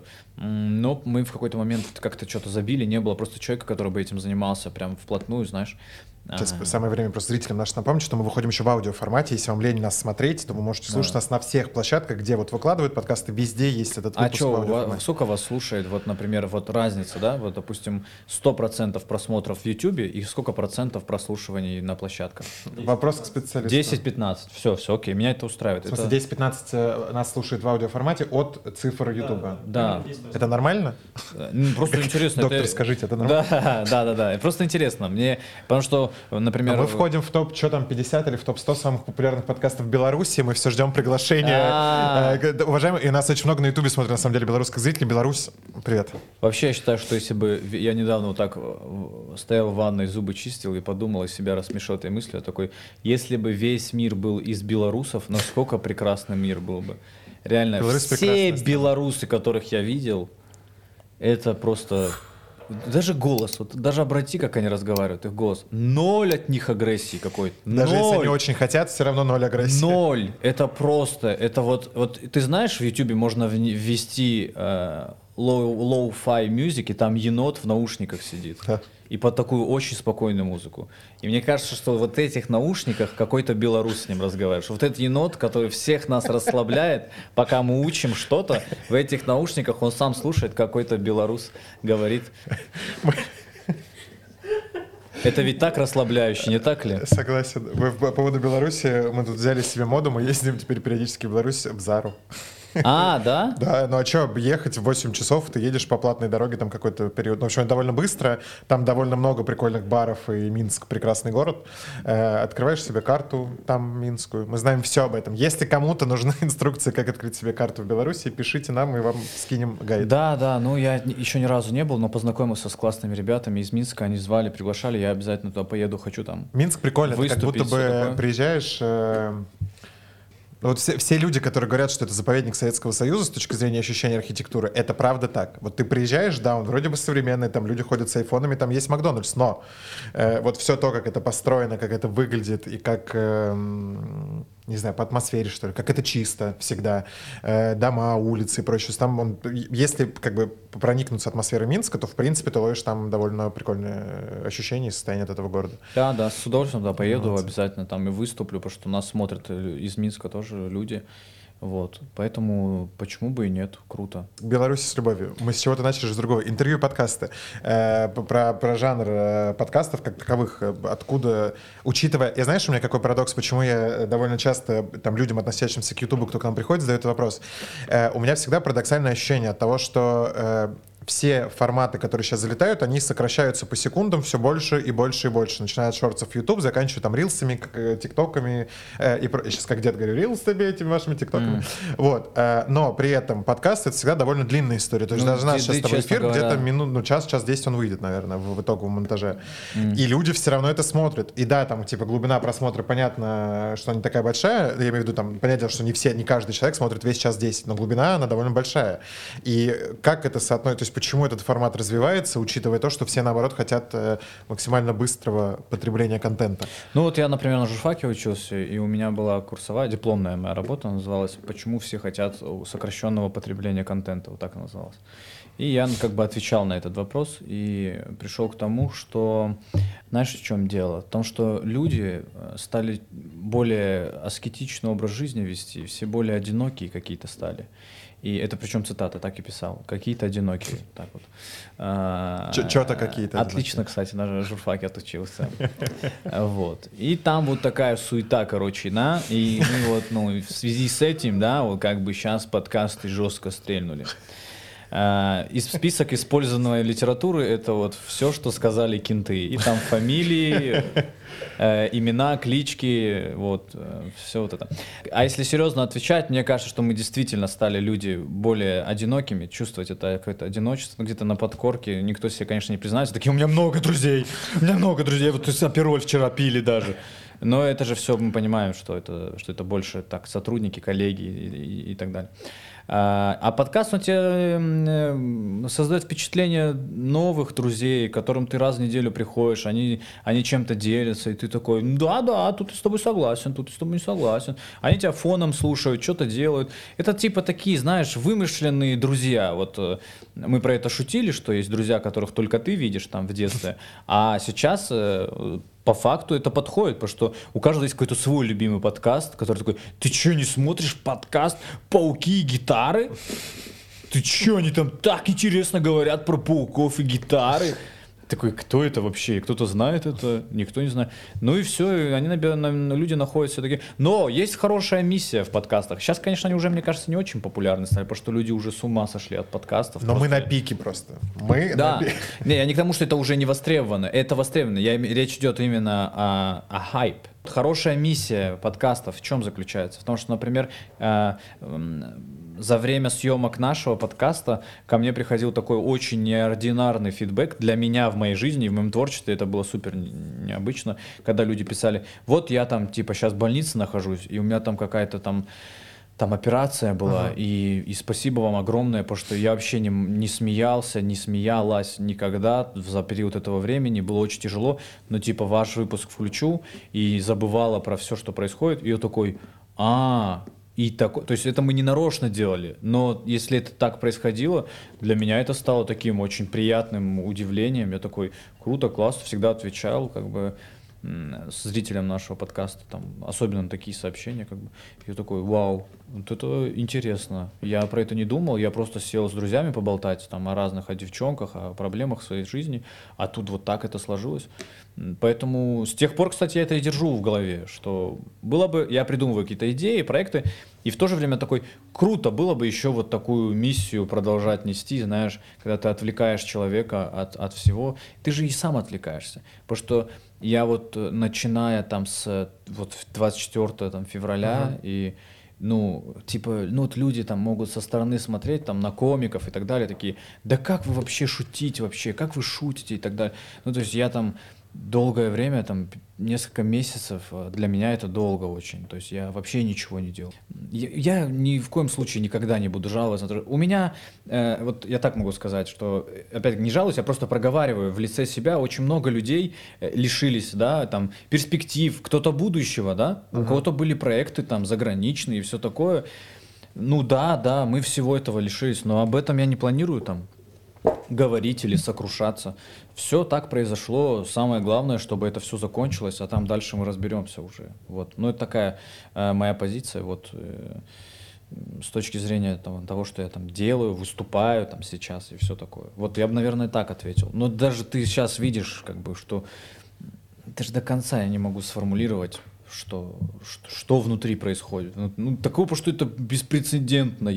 но мы в какой-то момент как-то что-то забили, не было просто человека, который бы этим занимался прям вплотную, знаешь. Сейчас самое время просто зрителям нашим напомнить, что мы выходим еще в аудиоформате. Если вам лень нас смотреть, то вы можете слушать нас на всех площадках, где вот выкладывают подкасты, везде есть этот выпуск в аудиоформате. Сколько вас слушает, вот, например, вот разница, да, вот, допустим, 100% просмотров в YouTube и сколько процентов прослушиваний на площадках? Вопрос к специалисту. 10-15, все, окей, меня это устраивает. В смысле, 10-15 нас слушает в аудиоформате от цифр YouTube. Да. Это нормально? Просто интересно. Доктор, скажите, это нормально? Да, просто интересно. Мне, потому что, например... Мы входим в топ, что там, 50 или в топ-100 самых популярных подкастов в Беларуси. Мы все ждем приглашения. Уважаемые, и нас очень много на Ютубе смотрят, на самом деле, белорусских зрителей. Беларусь, привет. Вообще, я считаю, что если бы... Я недавно вот так стоял в ванной, зубы чистил и подумал, и себя рассмешил этой мыслью. Я такой, если бы весь мир был из белорусов, насколько прекрасный мир был бы. Реально, все белорусы, которых я видел, это просто... Даже голос, вот даже обрати, как они разговаривают, их голос. Ноль от них агрессии какой-то. Даже если они очень хотят, все равно ноль агрессии. Ноль. Это просто, это вот ты знаешь, в Ютубе можно ввести low-fi music, и там енот в наушниках сидит. Да. И под такую очень спокойную музыку. И мне кажется, что вот в этих наушниках какой-то белорус с ним разговаривает. Что вот этот енот, который всех нас расслабляет, пока мы учим что-то, в этих наушниках он сам слушает, какой-то белорус говорит. Это ведь так расслабляюще, не так ли? Согласен. По поводу Беларуси, мы тут взяли себе моду, мы ездим теперь периодически в Беларусь в Зару. А, да? Да, ну а что, ехать в 8 часов, ты едешь по платной дороге, там какой-то период. Ну, в общем, это довольно быстро, там довольно много прикольных баров, и Минск прекрасный город. Открываешь себе карту там минскую, мы знаем все об этом. Если кому-то нужны инструкции, как открыть себе карту в Беларуси, пишите нам, мы вам скинем гайд. Да, ну я еще ни разу не был, но познакомился с классными ребятами из Минска, они звали, приглашали, я обязательно туда поеду, хочу там Минск прикольно, ты как будто бы приезжаешь... Вот все люди, которые говорят, что это заповедник Советского Союза с точки зрения ощущения архитектуры, это правда так. Вот ты приезжаешь, да, он вроде бы современный, там люди ходят с айфонами, там есть Макдональдс, но вот все то, как это построено, как это выглядит и как, не знаю, по атмосфере, что ли, как это чисто всегда, дома, улицы и прочее. Там если как бы проникнуться атмосферой Минска, то в принципе ты ловишь там довольно прикольное ощущение и состояние от этого города. Да, с удовольствием туда поеду, обязательно там и выступлю, потому что нас смотрят из Минска тоже люди. Вот, поэтому почему бы и нет, круто. Беларусь с любовью. Мы с чего-то начали же с другого. Интервью, подкасты. Про жанр подкастов как таковых. Откуда, учитывая... Я знаешь, у меня какой парадокс, почему я довольно часто там людям, относящимся к Ютубу, кто к нам приходит, задает вопрос. У меня всегда парадоксальное ощущение от того, что все форматы, которые сейчас залетают, они сокращаются по секундам все больше и больше и больше. Начиная от шортсов YouTube, заканчивая там рилсами, тиктоками. Сейчас как дед говорю, рилсами этими вашими тиктоками. Вот. Но при этом подкаст — это всегда довольно длинная история. То есть даже наш сейчас с тобой эфир где-то минут, час 10 он выйдет, наверное, в итоговом монтаже. И люди все равно это смотрят. И да, там типа глубина просмотра, понятно, что не такая большая. Я имею в виду, там, понятно, что не каждый человек смотрит весь час 10, но глубина, она довольно большая. И как это соотносится, то есть почему этот формат развивается, учитывая то, что все, наоборот, хотят максимально быстрого потребления контента? Ну вот я, например, на журфаке учился, и у меня была курсовая, дипломная моя работа, называлась «Почему все хотят сокращенного потребления контента», вот так она называлась. И я как бы отвечал на этот вопрос и пришел к тому, что, знаешь, в чем дело? В том, что люди стали более аскетичный образ жизни вести, все более одинокие какие-то стали. И это причем цитата, так и писал. Какие-то одинокие. Так вот. Чё-то какие-то. Отлично, кстати, на журфаке отучился. Вот. И там вот такая суета, короче, да. И мы вот, ну, в связи с этим, да, вот как бы сейчас подкасты жестко стрельнули. Список использованной литературы — это вот все, что сказали кенты. И там фамилии, имена, клички, вот, все вот это. А если серьезно отвечать, мне кажется, что мы действительно стали люди более одинокими, чувствовать это какое-то одиночество, где-то на подкорке. Никто себе, конечно, не признается. Такие, у меня много друзей, вот апероль вчера пили даже. Но это же все мы понимаем, что это больше так сотрудники, коллеги и так далее. А подкаст, он тебе создает впечатление новых друзей, к которым ты раз в неделю приходишь, они чем-то делятся, и ты такой, да, тут я с тобой согласен, тут я с тобой не согласен. Они тебя фоном слушают, что-то делают. Это типа такие, знаешь, вымышленные друзья. Вот мы про это шутили, что есть друзья, которых только ты видишь там в детстве, а сейчас... По факту это подходит, потому что у каждого есть какой-то свой любимый подкаст, который такой, ты что, не смотришь подкаст «Пауки и гитары»? Ты что, они там так интересно говорят про пауков и гитары? Такой, кто это вообще? Кто-то знает это? Никто не знает. Ну и все, они, люди находятся такие. Но есть хорошая миссия в подкастах. Сейчас, конечно, они уже, мне кажется, не очень популярны стали, потому что люди уже с ума сошли от подкастов. Но мы на пике просто. Да. Не, я не к тому, что это уже не востребовано. Это востребовано. Речь идет именно о хайп. Хорошая миссия подкастов в чем заключается? В том, что, например, за время съемок нашего подкаста ко мне приходил такой очень неординарный фидбэк. Для меня в моей жизни, в моем творчестве это было супер необычно, когда люди писали, вот я там типа сейчас в больнице нахожусь, и у меня там какая-то там операция была, и спасибо вам огромное, потому что я вообще не смеялся, не смеялась никогда за период этого времени, было очень тяжело, но типа ваш выпуск включу и забывала про все, что происходит, и я такой, и такой, то есть это мы не нарочно делали, но если это так происходило, для меня это стало таким очень приятным удивлением, я такой, круто, классно, всегда отвечал, как бы, с зрителям нашего подкаста, там, особенно на такие сообщения, как бы, я такой, вау, вот это интересно, я про это не думал, я просто сел с друзьями поболтать, там, о девчонках, о проблемах своей жизни, а тут вот так это сложилось, поэтому с тех пор, кстати, я это и держу в голове, что было бы, я придумываю какие-то идеи, проекты, и в то же время такой, круто было бы еще вот такую миссию продолжать нести, знаешь, когда ты отвлекаешь человека от всего, ты же и сам отвлекаешься, потому что я вот, начиная там с вот 24 там, февраля, и, ну, типа, ну, вот люди там могут со стороны смотреть там на комиков и так далее, такие, да как вы вообще шутите вообще, как вы шутите и так далее. Ну, то есть я там долгое время, там, несколько месяцев, для меня это долго очень, то есть я вообще ничего не делал. Я ни в коем случае никогда не буду жаловаться. У меня, вот я так могу сказать, что, опять не жалуюсь, я просто проговариваю в лице себя, очень много людей лишились, да, там, перспектив, кто-то будущего, да, у кого-то были проекты там заграничные и все такое. Ну да, мы всего этого лишились, но об этом я не планирую там говорить или сокрушаться. Все так произошло. Самое главное, чтобы это все закончилось, а там дальше мы разберемся уже. Вот. Ну, это такая моя позиция. Вот. с точки зрения того, что я там делаю, выступаю там сейчас и все такое. Вот я бы, наверное, так ответил. Но даже ты сейчас видишь, как бы, что даже до конца я не могу сформулировать, что внутри происходит. Такого, что это беспрецедентно.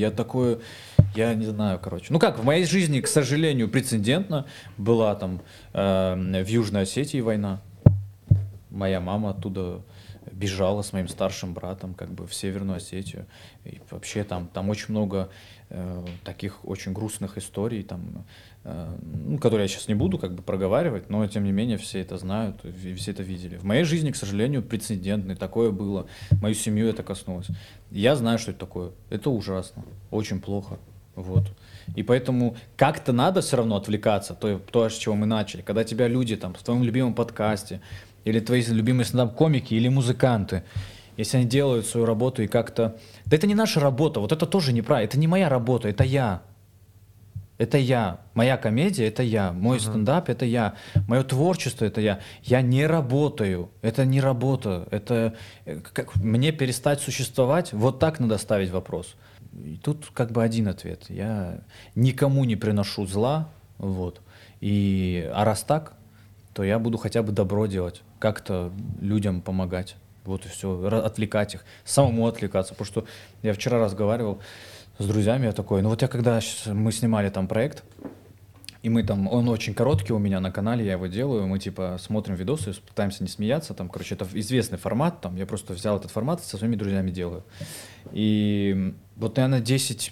Я не знаю, короче. Ну как, в моей жизни, к сожалению, прецедентно была там в Южной Осетии война. Моя мама оттуда бежала с моим старшим братом как бы в Северную Осетию. И вообще там очень много таких очень грустных историй, там, которые я сейчас не буду как бы проговаривать, но тем не менее все это знают и все это видели. В моей жизни, к сожалению, прецедентный, такое было. Мою семью это коснулось. Я знаю, что это такое. Это ужасно, очень плохо. Вот. И поэтому как-то надо все равно отвлекаться, то, с чего мы начали. Когда тебя люди там в твоем любимом подкасте, или твои любимые стендап-комики, или музыканты, если они делают свою работу и как-то... Да это не наша работа, вот это тоже неправильно, это не моя работа, это я. Это я. Моя комедия — это я. Мой стендап — это я. Мое творчество — это я. Я не работаю. Это не работа. Это как мне перестать существовать? Вот так надо ставить вопрос. И тут как бы один ответ. Я никому не приношу зла, вот. А раз так, то я буду хотя бы добро делать, как-то людям помогать. Вот и все, отвлекать их, самому отвлекаться. Потому что я вчера разговаривал с друзьями, я такой, мы снимали там проект, и мы там, он очень короткий у меня на канале, я его делаю, мы типа смотрим видосы, пытаемся не смеяться, там, короче, это известный формат, там, я просто взял этот формат и со своими друзьями делаю. И вот, наверное,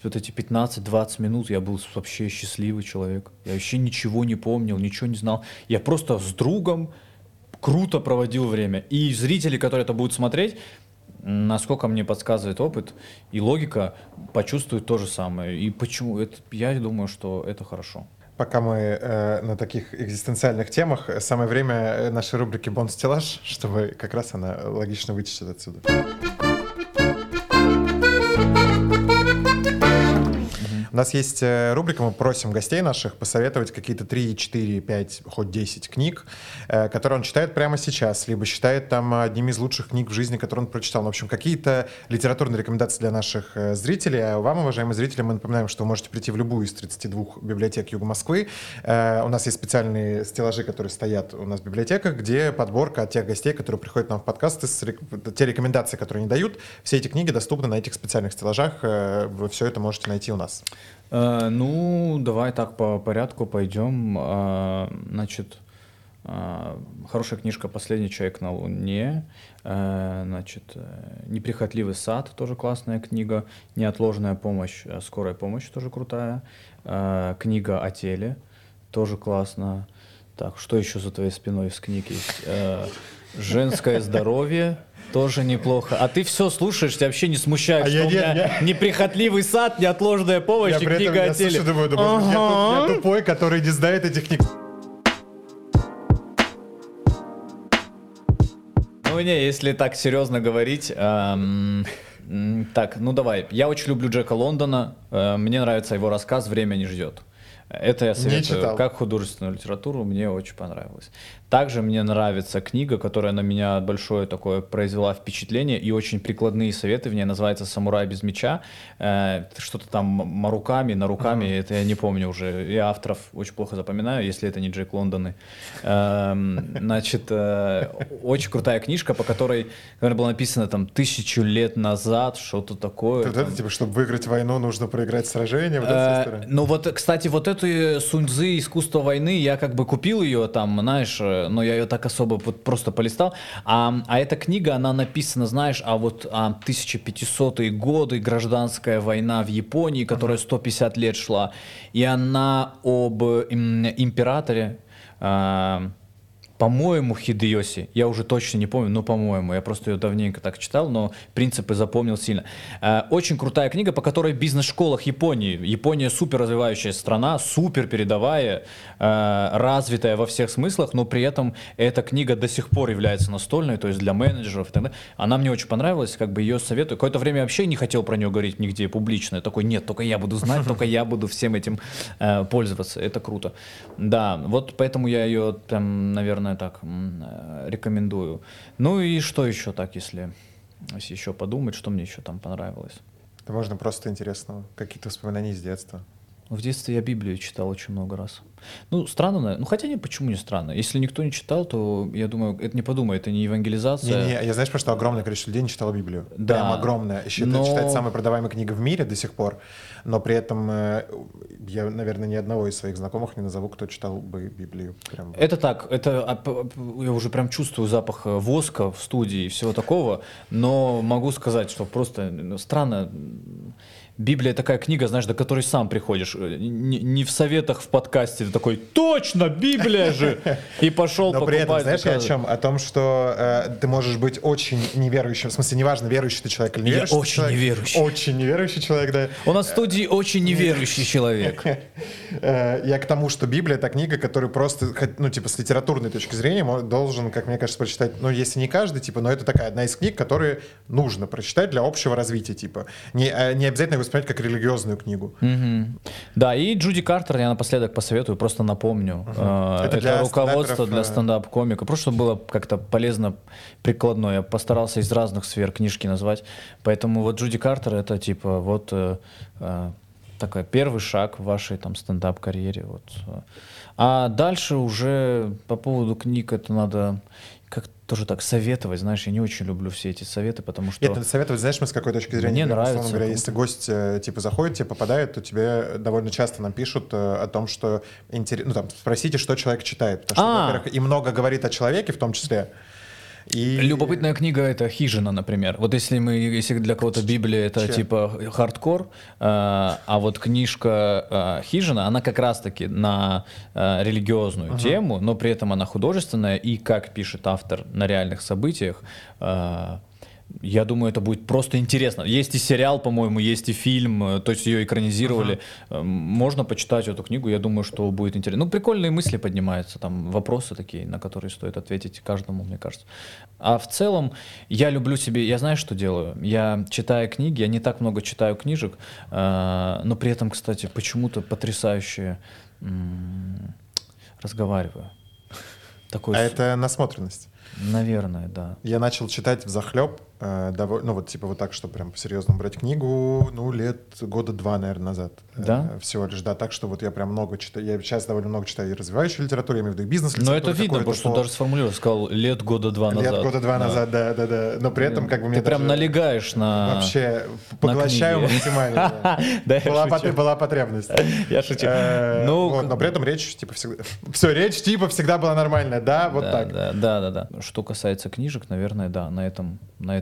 15-20 минут я был вообще счастливый человек, я вообще ничего не помнил, ничего не знал, я просто с другом круто проводил время, и зрители, которые это будут смотреть, насколько мне подсказывает опыт и логика, почувствуют то же самое. И почему? Я думаю, что это хорошо. Пока мы на таких экзистенциальных темах, самое время нашей рубрики «Бонстеллаж», чтобы как раз она логично вытечет отсюда. У нас есть рубрика, мы просим гостей наших посоветовать какие-то 3, 4, 5, хоть 10 книг, которые он читает прямо сейчас, либо считает там одними из лучших книг в жизни, которые он прочитал. Ну, в общем, какие-то литературные рекомендации для наших зрителей. А вам, уважаемые зрители, мы напоминаем, что вы можете прийти в любую из 32 библиотек Юга Москвы. У нас есть специальные стеллажи, которые стоят у нас в библиотеках, где подборка от тех гостей, которые приходят нам в подкасты, те рекомендации, которые они дают. Все эти книги доступны на этих специальных стеллажах. Вы все это можете найти у нас. Давай так по порядку пойдем. Значит, хорошая книжка «Последний человек на Луне». Значит, «Неприхотливый сад» тоже классная книга. «Неотложная помощь», «Скорая помощь» тоже крутая. Книга о теле тоже классно. Так, что еще за твоей спиной из книг есть? «Женское здоровье». Тоже неплохо. А ты все слушаешь, тебя вообще не смущает, что у меня неприхотливый сад, неотложная помощь и книга о теле. Я тупой, который не знает этих книг. Если так серьезно говорить, давай. Я очень люблю Джека Лондона. Мне нравится его рассказ «Время не ждет». Это я советую как художественную литературу, мне очень понравилось. Также мне нравится книга, которая на меня большое такое произвела впечатление, и очень прикладные советы в ней, называется «Самурай без меча». Что-то там на руками, это я не помню уже. Я авторов очень плохо запоминаю, если это не Джек Лондон. Значит, очень крутая книжка, по которой было написано там 1000 лет назад, что-то такое. Это типа, чтобы выиграть войну, нужно проиграть сражение? Кстати, эту Сунь Цзы «Искусство войны», я как бы купил ее там, знаешь, но я ее так особо просто полистал. А эта книга, она написана, знаешь, 1500-е годы, гражданская война в Японии, которая 150 лет шла. И она об императоре, по-моему, Хидеёси, я уже точно не помню, но по-моему, я просто ее давненько так читал, но принципы запомнил сильно. Очень крутая книга, по которой в бизнес-школах Японии, Япония супер развивающая страна, супер передовая, развитая во всех смыслах, но при этом эта книга до сих пор является настольной, то есть для менеджеров и так далее. Она мне очень понравилась, как бы ее советую. Какое-то время вообще не хотел про нее говорить нигде публично. Я такой, нет, только я буду знать, только я буду всем этим пользоваться. Это круто. Да, вот поэтому я ее там, наверное, так рекомендую. Ну и что еще так, если еще подумать, что мне еще там понравилось? Да можно просто интересного. Какие-то воспоминания из детства. В детстве я Библию читал очень много раз. Ну, странно, наверное. Ну, хотя нет, почему не странно? Если никто не читал, то, я думаю, это не подумай, это не евангелизация. Не, я знаешь, просто огромное количество людей не читало Библию. Да. Прям огромное. Это считается самой продаваемой книгой в мире до сих пор. Но при этом я, наверное, ни одного из своих знакомых не назову, кто читал бы Библию. Прям. Это так, я уже прям чувствую запах воска в студии и всего такого, но могу сказать, что просто странно. Библия такая книга, знаешь, до которой сам приходишь. Не в советах в подкасте. Ты такой, точно, Библия же! И пошел покупать. Но при этом, знаешь, я о чем? О том, что ты можешь быть очень неверующим. В смысле, неважно, верующий ты человек или неверующий очень человек. Неверующий. Очень неверующий человек, да. У нас в студии очень неверующий человек. Я к тому, что Библия — это книга, которую просто, ну, типа, с литературной точки зрения должен, как мне кажется, прочитать, ну, если не каждый, типа, но это такая одна из книг, которые нужно прочитать для общего развития, типа. Не обязательно его воспринимать как религиозную книгу. Да, и Джуди Картер я напоследок посоветую, просто напомню. Это руководство для стендап-комика. Просто чтобы было как-то полезно, прикладно. Я постарался из разных сфер книжки назвать. Поэтому вот Джуди Картер — это типа вот такой первый шаг в вашей там стендап-карьере. Вот. А дальше уже по поводу книг это надо как тоже так советовать, знаешь, я не очень люблю все эти советы, потому что... Нет, советовать, знаешь, мы с какой точки зрения? Мне нравится. Условно говоря, если гость типа заходит, тебе попадает, то тебе довольно часто нам пишут о том, что ну там спросите, что человек читает, потому что, во-первых, и много говорит о человеке в том числе. И... Любопытная книга — это «Хижина», например. Вот если для кого-то Библия — это типа хардкор, а вот книжка «Хижина», она как раз-таки на религиозную тему, но при этом она художественная, и, как пишет автор, на реальных событиях. Я думаю, это будет просто интересно. Есть и сериал, по-моему, есть и фильм, то есть ее экранизировали. Можно почитать эту книгу, я думаю, что будет интересно. Ну, прикольные мысли поднимаются, там вопросы такие, на которые стоит ответить каждому, мне кажется. А в целом, я люблю себе, я знаю, что делаю. Я читаю книги, я не так много читаю книжек, но при этом, кстати, почему-то потрясающе разговариваю. Это насмотренность. Наверное, да. Я начал читать взахлеб, ну вот типа вот так, что прям по-серьезному брать книгу, ну года 2, наверное, назад. Да? Всего лишь, да, так что вот я прям много читаю, я сейчас довольно много читаю и развивающую литературу, я имею в виду и бизнес-литературу. Но это видно, потому что даже сформулировал, сказал года 2 назад. Года 2 назад, да. Но при этом как бы мне ты прям налегаешь на... Вообще поглощаю максимально. Была потребность. Я шучу. Но при этом речь типа всегда... Все, речь типа всегда была нормальная, да, вот так. Да. Что касается книжек, наверное, да, на этом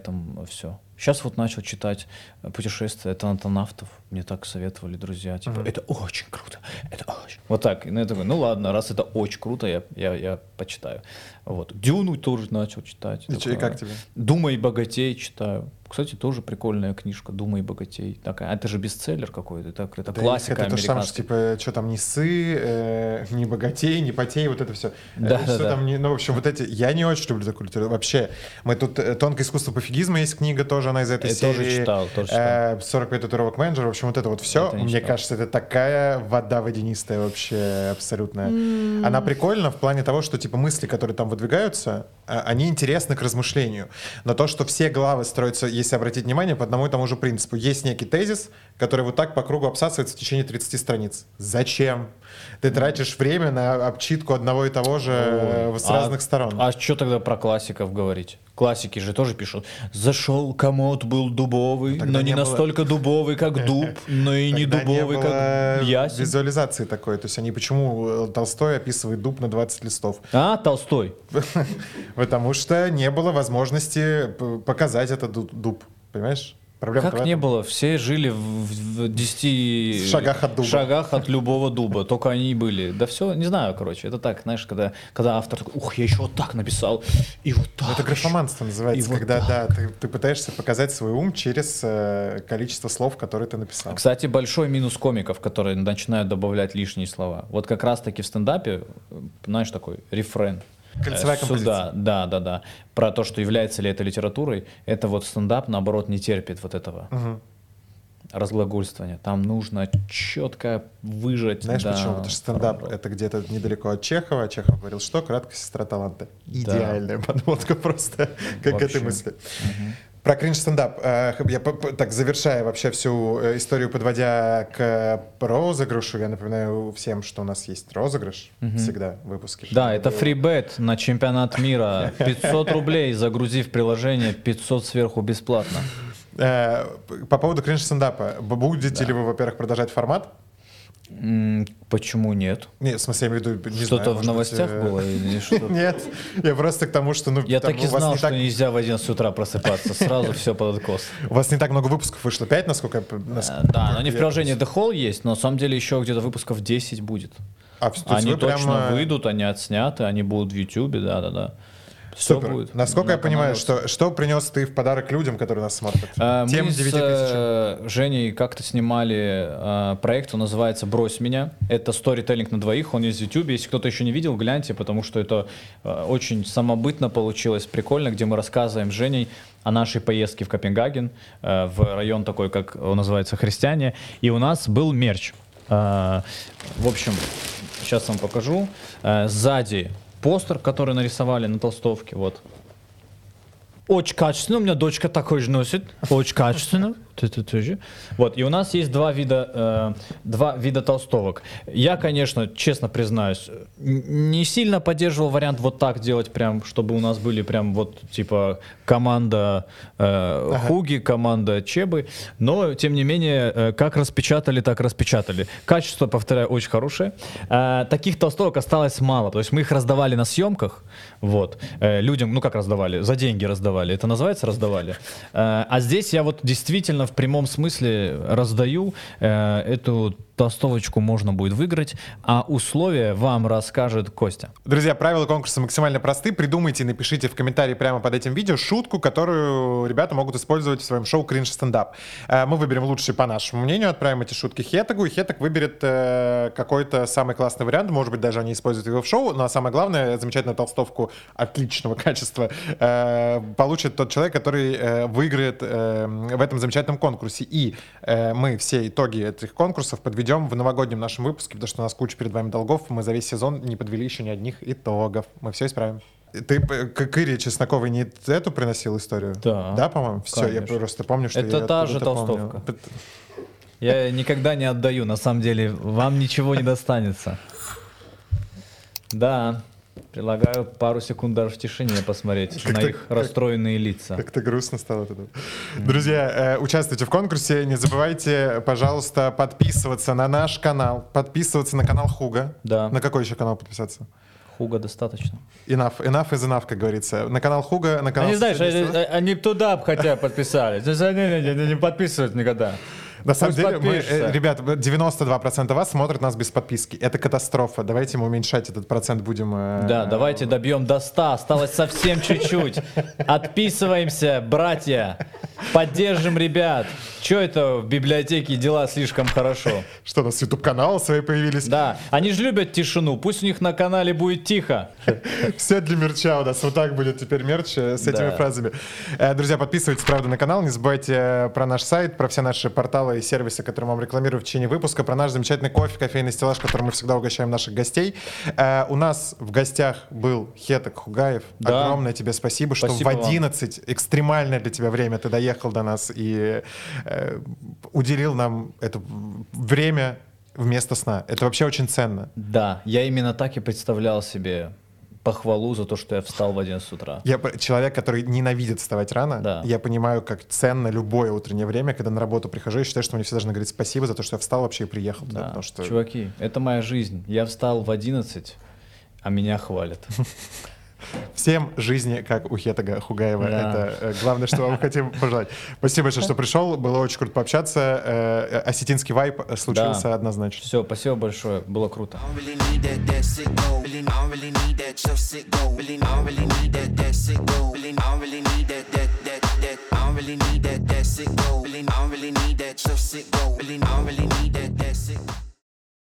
все. Сейчас вот начал читать «Путешествия тонатонавтов». Мне так советовали друзья. Типа, это очень круто, это очень... Вот так. И я такой, ну ладно, раз это очень круто, я почитаю. Вот. «Дюну» тоже начал читать. И как тебе? «Думай, богатей» читаю. Кстати, тоже прикольная книжка «Думай, богатей». Такая, это же бестселлер какой-то, это классика американская. Это то же самое, что, типа, что там, не ссы, не богатей, не потей, вот это все. Да. Ну, в общем, вот эти... Я не очень люблю такую литературу. Вообще, мы тут «Тонкое искусство пофигизма» есть книга тоже, она из этой серии. Тоже читал. 45 татуировок менеджера. В общем, вот это вот все. Мне кажется, это такая вода водянистая вообще абсолютная. Она прикольна в плане того, что, типа, мысли, которые там выдвигаются, они интересны к размышлению. Но то, что все главы строятся, если обратить внимание, по одному и тому же принципу. Есть некий тезис, который вот так по кругу обсасывается в течение 30 страниц. Зачем? Ты тратишь время на обчитку одного и того же с разных сторон. А что тогда про классиков говорить? Классики же тоже пишут: «Зашел комод, был дубовый, но не настолько дубовый, как дуб, но и не дубовый, как ясень». Визуализации такой. То есть они почему Толстой описывает дуб на 20 листов? Толстой. Потому что не было возможности показать этот дуб. Понимаешь? Проблема как не было? Все жили в 10 шагах от дуба. Шагах от любого дуба. Только они и были. Да все, не знаю, короче. Это так, знаешь, когда автор такой: ух, я еще вот так написал. И вот так. Это графоманство называется, когда вот ты пытаешься показать свой ум через количество слов, которые ты написал. Кстати, большой минус комиков, которые начинают добавлять лишние слова. Вот как раз-таки в стендапе, знаешь, такой рефрен. Кольцевая композиция. Да. Про то, что является ли это литературой, это вот стендап, наоборот, не терпит вот этого разглагольствования. Там нужно четко выжать. Знаешь почему? Потому что стендап — это где-то недалеко от Чехова. Чехов говорил, что краткая сестра таланта. Идеальная подводка просто, как к этой мысли. Про кринж-стендап. Я так завершая вообще всю историю, подводя к розыгрышу, я напоминаю всем, что у нас есть розыгрыш всегда в выпуске. Да, это фрибет на чемпионат мира. 500 рублей, загрузив приложение, 500 сверху бесплатно. По поводу кринж-стендапа. Будете ли вы, во-первых, продолжать формат? Почему нет? Нет, в смысле, я имею в виду, не Что-то знаю, в новостях было или что-то? Нет, я просто к тому, что... Я так и знал, что нельзя в 11 утра просыпаться. Сразу все под откос. У вас не так много выпусков вышло, 5, насколько я... Да, но они в приложении The Hall есть, но на самом деле еще где-то выпусков 10 будет. Они точно выйдут, они отсняты, они будут в YouTube, да-да-да. Все Супер. будет. Насколько я понимаю, что принес ты в подарок людям, которые нас смотрят? Мы с Женей как-то снимали проект, он называется «Брось меня». Это сторителлинг на двоих, он есть в YouTube. Если кто-то еще не видел, гляньте, потому что это очень самобытно получилось, прикольно, где мы рассказываем с Женей о нашей поездке в Копенгаген, в район такой, как он называется, Христиане. И у нас был мерч. В общем, сейчас вам покажу. Сзади постер, который нарисовали на толстовке, вот. Очень качественно, у меня дочка такой же носит, очень качественно. Вот, и у нас есть два вида толстовок. Я, конечно, честно признаюсь, не сильно поддерживал вариант вот так делать, прям, чтобы у нас были прям вот, типа, команда Хуги, команда Чебы, но, тем не менее, как распечатали, так распечатали. Качество, повторяю, очень хорошее. Таких толстовок осталось мало, то есть мы их раздавали на съемках, вот, людям, ну как раздавали, за деньги раздавали, это называется раздавали. А здесь я вот действительно в прямом смысле раздаю. Эту толстовочку можно будет выиграть, а условия вам расскажет Костя. Друзья, правила конкурса максимально просты. Придумайте и напишите в комментарии прямо под этим видео шутку, которую ребята могут использовать в своем шоу «Кринж стендап». Мы выберем лучшие по нашему мнению, отправим эти шутки Хетагу, и Хетаг выберет какой-то самый классный вариант. Может быть, даже они используют его в шоу, но самое главное, замечательную толстовку отличного качества получит тот человек, который выиграет в этом замечательном конкурсе. И мы все итоги этих конкурсов подведем в новогоднем нашем выпуске, потому что у нас куча перед вами долгов, мы за весь сезон не подвели еще ни одних итогов. Мы все исправим. Ты к Ире Чесноковой не эту приносил историю? Да. Да, по-моему? Все, я просто помню, что это я та же толстовка. Я никогда не отдаю, на самом деле, вам ничего не достанется. Да. Предлагаю пару секунд даже в тишине посмотреть на их расстроенные лица. Как-то грустно стало тогда. Друзья, участвуйте в конкурсе. Не забывайте, пожалуйста, подписываться на наш канал, подписываться на канал Хуга. Да. На какой еще канал подписаться? Хуга достаточно. Enough is enough, как говорится. На канал Хуга, на канал... Они, знаешь, они туда хотя подписались. Они не подписывают никогда. На самом деле, ребят, 92% вас смотрят нас без подписки. Это катастрофа. Давайте мы уменьшать этот процент будем. Да, давайте добьем до 100. Осталось совсем чуть-чуть. Отписываемся, братья. Поддержим ребят. Че это в библиотеке дела слишком хорошо? Что, у нас YouTube-каналы свои появились? Да, они же любят тишину. Пусть у них на канале будет тихо. Все для мерча у нас. Вот так будет теперь мерч с этими фразами. Друзья, подписывайтесь, правда, на канал. Не забывайте про наш сайт, про все наши порталы и сервисы, которые мы вам рекламируем в течение выпуска, про наш замечательный кофе, кофейный стеллаж, которым мы всегда угощаем наших гостей. У нас в гостях был Хетаг Хугаев. Да. Огромное тебе спасибо, что в 11 экстремальное для тебя время ты доехал до нас и уделил нам это время вместо сна. Это вообще очень ценно. Да, я именно так и представлял себе похвалу за то, что я встал в 11 утра. Я человек, который ненавидит вставать рано. Да. Я понимаю, как ценно любое утреннее время, когда на работу прихожу, и считаю, что мне все должны говорить спасибо за то, что я встал вообще и приехал. Да. Потому что... Чуваки, это моя жизнь. Я встал в 11, а меня хвалят. Всем жизни, как у Хетага Хугаева. Да. Это главное, что вам хотим пожелать. Спасибо большое, что пришел. Было очень круто пообщаться. Осетинский вайб случился однозначно. Все, спасибо большое. Было круто. Really need